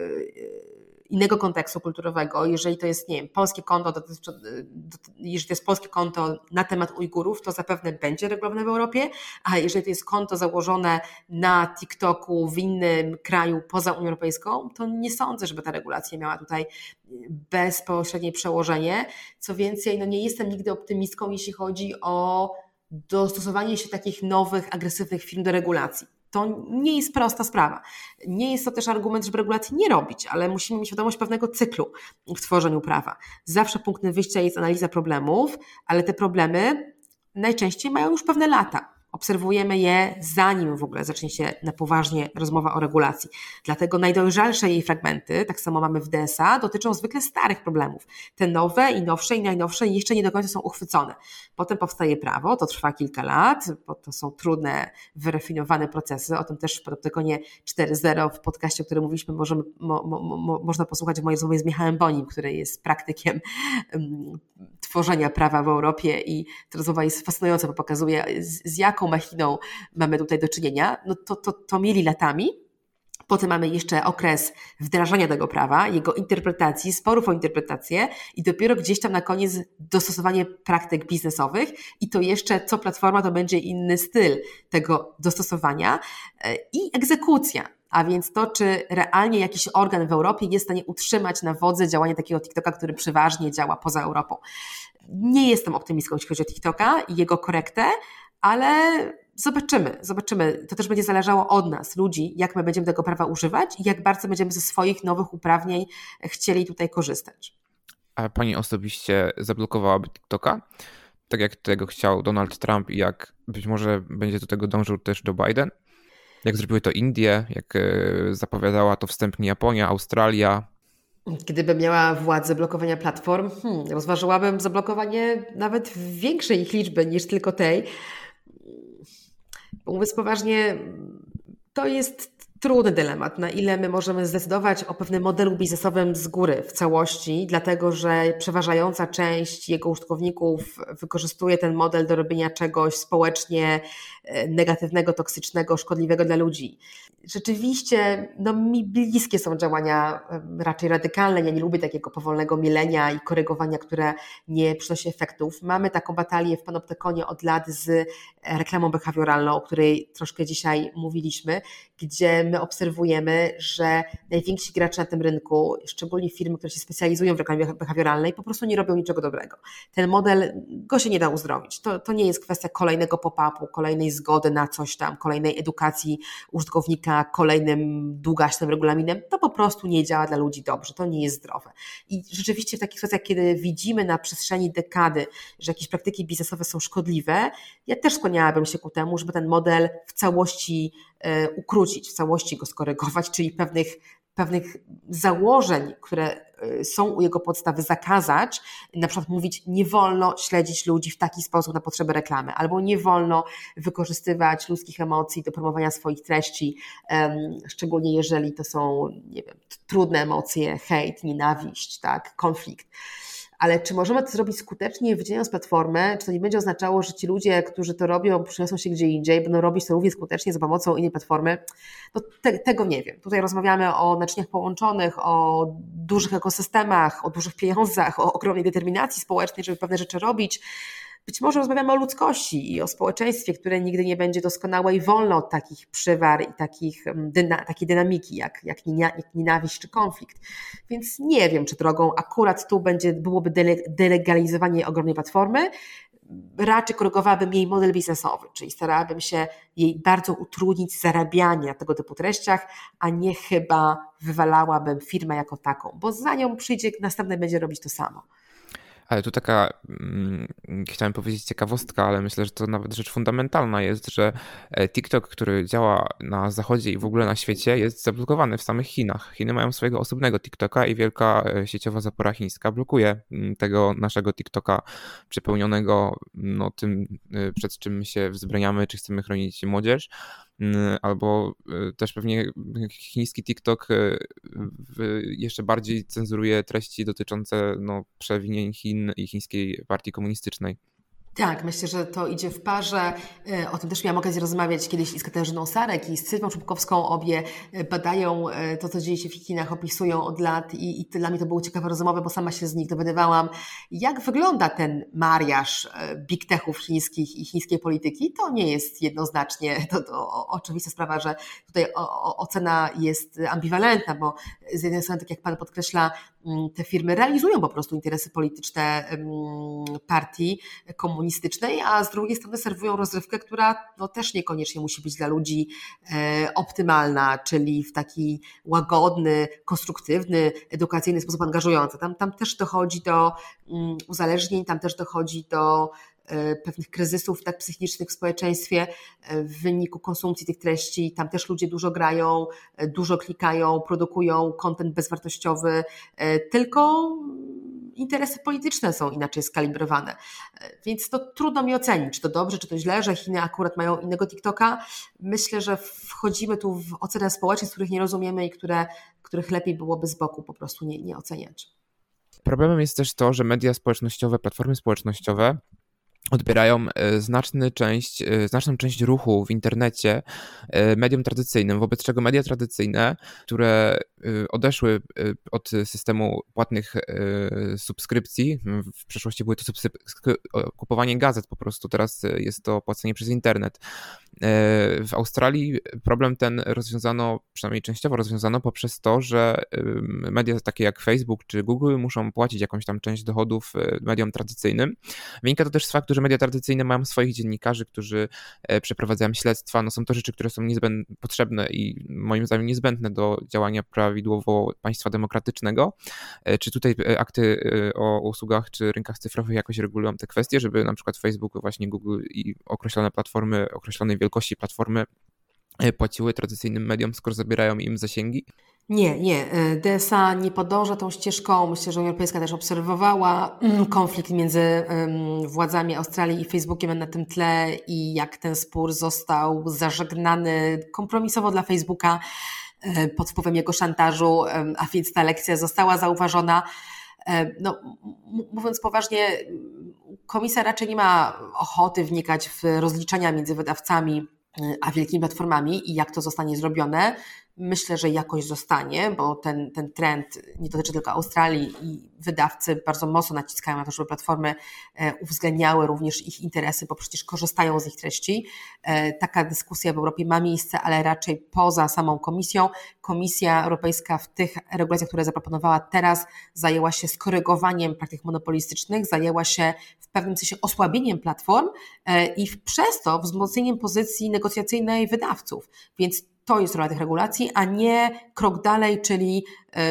innego kontekstu kulturowego, jeżeli to jest, nie wiem, polskie konto, jeżeli to jest polskie konto na temat Ujgurów, to zapewne będzie regulowane w Europie, a jeżeli to jest konto założone na TikToku w innym kraju poza Unią Europejską, to nie sądzę, żeby ta regulacja miała tutaj bezpośrednie przełożenie. Co więcej, no nie jestem nigdy optymistką, jeśli chodzi o dostosowanie się takich nowych, agresywnych firm do regulacji. To nie jest prosta sprawa. Nie jest to też argument, żeby regulacji nie robić, ale musimy mieć świadomość pewnego cyklu w tworzeniu prawa. Zawsze punktem wyjścia jest analiza problemów, ale te problemy najczęściej mają już pewne lata. Obserwujemy je, zanim w ogóle zacznie się na poważnie rozmowa o regulacji. Dlatego najdojrzalsze jej fragmenty, tak samo mamy w D S A, dotyczą zwykle starych problemów. Te nowe i nowsze i najnowsze jeszcze nie do końca są uchwycone. Potem powstaje prawo, to trwa kilka lat, bo to są trudne, wyrafinowane procesy. O tym też w Panoptykonie cztery zero w podcaście, o którym mówiliśmy, możemy, mo, mo, mo, można posłuchać w mojej rozmowie z Michałem Bonim, który jest praktykiem um, tworzenia prawa w Europie i ta rozmowa jest fascynująca, bo pokazuje, z, z jaką machiną mamy tutaj do czynienia. No to, to, to mieli latami. Potem mamy jeszcze okres wdrażania tego prawa, jego interpretacji, sporów o interpretację i dopiero gdzieś tam na koniec dostosowanie praktyk biznesowych i to jeszcze co platforma to będzie inny styl tego dostosowania i egzekucja. A więc to, czy realnie jakiś organ w Europie jest w stanie utrzymać na wodze działanie takiego TikToka, który przeważnie działa poza Europą. Nie jestem optymistką, jeśli chodzi o TikToka i jego korektę, ale zobaczymy, zobaczymy. To też będzie zależało od nas, ludzi, jak my będziemy tego prawa używać i jak bardzo będziemy ze swoich nowych uprawnień chcieli tutaj korzystać. A pani osobiście zablokowałaby TikToka? Tak jak tego chciał Donald Trump i jak być może będzie do tego dążył też Joe Biden? Jak zrobiły to Indie, jak zapowiadała to wstępnie Japonia, Australia. Gdybym miała władzę blokowania platform, hmm, rozważyłabym zablokowanie nawet większej ich liczby niż tylko tej. Bo mówiąc poważnie, to jest trudny dylemat, na ile my możemy zdecydować o pewnym modelu biznesowym z góry w całości, dlatego że przeważająca część jego użytkowników wykorzystuje ten model do robienia czegoś społecznie negatywnego, toksycznego, szkodliwego dla ludzi. Rzeczywiście no, mi bliskie są działania raczej radykalne. Ja nie lubię takiego powolnego mielenia i korygowania, które nie przynosi efektów. Mamy taką batalię w Panoptykonie od lat z reklamą behawioralną, o której troszkę dzisiaj mówiliśmy, gdzie my obserwujemy, że najwięksi gracze na tym rynku, szczególnie firmy, które się specjalizują w reklamie behawioralnej, po prostu nie robią niczego dobrego. Ten model go się nie da uzdrowić. To, to nie jest kwestia kolejnego pop-upu, kolejnej zgody na coś tam, kolejnej edukacji użytkownika, kolejnym długaśnym regulaminem. To po prostu nie działa dla ludzi dobrze. To nie jest zdrowe. I rzeczywiście w takich sytuacjach, kiedy widzimy na przestrzeni dekady, że jakieś praktyki biznesowe są szkodliwe, ja też skłaniałabym się ku temu, żeby ten model w całości e, ukrócić, w całości go skorygować, czyli pewnych pewnych założeń, które są u jego podstawy zakazać, na przykład mówić, nie wolno śledzić ludzi w taki sposób na potrzeby reklamy, albo nie wolno wykorzystywać ludzkich emocji do promowania swoich treści, szczególnie jeżeli to są, nie wiem, trudne emocje, hejt, nienawiść, tak, konflikt. Ale czy możemy to zrobić skutecznie, wycinając platformę? Czy to nie będzie oznaczało, że ci ludzie, którzy to robią, przeniosą się gdzie indziej, będą robić to równie skutecznie za pomocą innej platformy? No te, tego nie wiem. Tutaj rozmawiamy o naczyniach połączonych, o dużych ekosystemach, o dużych pieniądzach, o ogromnej determinacji społecznej, żeby pewne rzeczy robić. Być może rozmawiamy o ludzkości i o społeczeństwie, które nigdy nie będzie doskonałe i wolne od takich przywar i takich, dyna, takiej dynamiki jak, jak nienawiść czy konflikt. Więc nie wiem, czy drogą akurat tu będzie, byłoby dele, delegalizowanie ogromnej platformy. Raczej korygowałabym jej model biznesowy, czyli starałabym się jej bardzo utrudnić zarabianie na tego typu treściach, a nie chyba wywalałabym firmę jako taką, bo za nią przyjdzie następny będzie robić to samo. Ale tu taka, hmm, chciałem powiedzieć ciekawostka, ale myślę, że to nawet rzecz fundamentalna jest, że TikTok, który działa na zachodzie i w ogóle na świecie, jest zablokowany w samych Chinach. Chiny mają swojego osobnego TikToka i wielka sieciowa zapora chińska blokuje tego naszego TikToka przepełnionego no, tym, przed czym się wzbraniamy, czy chcemy chronić młodzież. Albo też pewnie chiński TikTok jeszcze bardziej cenzuruje treści dotyczące no, przewinień Chin i chińskiej partii komunistycznej. Tak, myślę, że to idzie w parze. O tym też miałam okazję rozmawiać kiedyś i z Katarzyną Sarek i z Sylwią Czubkowską. Obie badają to, co dzieje się w Chinach, opisują od lat i, i dla mnie to były ciekawe rozmowy, bo sama się z nich dowiadywałam, jak wygląda ten mariaż big techów chińskich i chińskiej polityki. To nie jest jednoznacznie, to, to oczywista sprawa, że tutaj o, o, ocena jest ambiwalentna, bo z jednej strony, tak jak Pan podkreśla, te firmy realizują po prostu interesy polityczne partii komunistycznej, a z drugiej strony serwują rozrywkę, która no, też niekoniecznie musi być dla ludzi e, optymalna, czyli w taki łagodny, konstruktywny, edukacyjny sposób angażujący. Tam, tam też dochodzi do um, uzależnień, tam też dochodzi do e, pewnych kryzysów tak psychicznych w społeczeństwie e, w wyniku konsumpcji tych treści. Tam też ludzie dużo grają, e, dużo klikają, produkują content bezwartościowy, e, tylko interesy polityczne są inaczej skalibrowane. Więc to trudno mi ocenić, czy to dobrze, czy to źle, że Chiny akurat mają innego TikToka. Myślę, że wchodzimy tu w ocenę społeczeństw, których nie rozumiemy i które, których lepiej byłoby z boku po prostu nie, nie oceniać. Problemem jest też to, że media społecznościowe, platformy społecznościowe odbierają znaczny część, znaczną część ruchu w internecie mediom tradycyjnym, wobec czego media tradycyjne, które odeszły od systemu płatnych subskrypcji, w przeszłości były to subskryp- kupowanie gazet po prostu, teraz jest to płacenie przez internet, W Australii problem ten rozwiązano, przynajmniej częściowo rozwiązano poprzez to, że media takie jak Facebook czy Google muszą płacić jakąś tam część dochodów mediom tradycyjnym. Wynika to też z faktu, że media tradycyjne mają swoich dziennikarzy, którzy przeprowadzają śledztwa. No są to rzeczy, które są niezbędne, potrzebne i moim zdaniem niezbędne do działania prawidłowo państwa demokratycznego. Czy tutaj akty o usługach czy rynkach cyfrowych jakoś regulują te kwestie, żeby na przykład Facebook, właśnie Google i określone platformy, określonej wielkości platformy płaciły tradycyjnym mediom, skoro zabierają im zasięgi? Nie, nie. D S A nie podąża tą ścieżką. Myślę, że Unia Europejska też obserwowała konflikt między władzami Australii i Facebookiem na tym tle i jak ten spór został zażegnany kompromisowo dla Facebooka pod wpływem jego szantażu, a więc ta lekcja została zauważona. No, mówiąc poważnie, komisja raczej nie ma ochoty wnikać w rozliczenia między wydawcami a wielkimi platformami i jak to zostanie zrobione. Myślę, że jakoś zostanie, bo ten, ten trend nie dotyczy tylko Australii i wydawcy bardzo mocno naciskają na to, żeby platformy uwzględniały również ich interesy, bo przecież korzystają z ich treści. Taka dyskusja w Europie ma miejsce, ale raczej poza samą komisją. Komisja Europejska w tych regulacjach, które zaproponowała teraz, zajęła się skorygowaniem praktyk monopolistycznych, zajęła się w pewnym sensie osłabieniem platform i przez to wzmocnieniem pozycji negocjacyjnej wydawców. Więc to jest rola tych regulacji, a nie krok dalej, czyli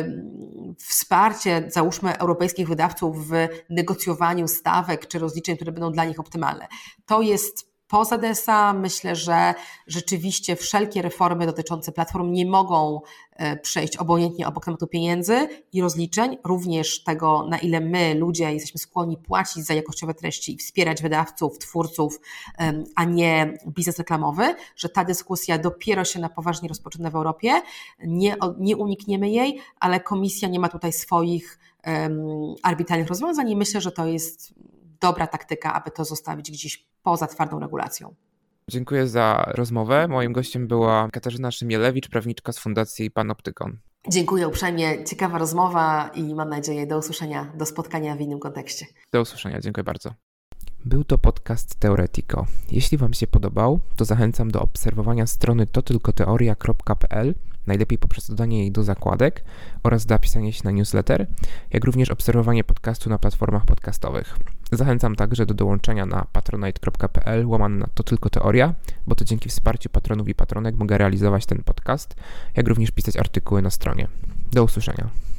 um, wsparcie, załóżmy, europejskich wydawców w negocjowaniu stawek czy rozliczeń, które będą dla nich optymalne. To jest poza D S A. Myślę, że rzeczywiście wszelkie reformy dotyczące platform nie mogą przejść obojętnie obok tematu pieniędzy i rozliczeń, również tego, na ile my, ludzie, jesteśmy skłonni płacić za jakościowe treści i wspierać wydawców, twórców, a nie biznes reklamowy, że ta dyskusja dopiero się na poważnie rozpoczyna w Europie. Nie, nie unikniemy jej, ale komisja nie ma tutaj swoich um, arbitralnych rozwiązań i myślę, że to jest dobra taktyka, aby to zostawić gdzieś poza twardą regulacją. Dziękuję za rozmowę. Moim gościem była Katarzyna Szymielewicz, prawniczka z Fundacji Panoptykon. Dziękuję uprzejmie. Ciekawa rozmowa i mam nadzieję do usłyszenia, do spotkania w innym kontekście. Do usłyszenia. Dziękuję bardzo. Był to podcast Teoretico. Jeśli Wam się podobał, to zachęcam do obserwowania strony to tylko teoria kropka p l, najlepiej poprzez dodanie jej do zakładek oraz zapisanie się na newsletter, jak również obserwowanie podcastu na platformach podcastowych. Zachęcam także do dołączenia na patronite kropka p l łamane na to tylko teoria, bo to dzięki wsparciu patronów i patronek mogę realizować ten podcast, jak również pisać artykuły na stronie. Do usłyszenia.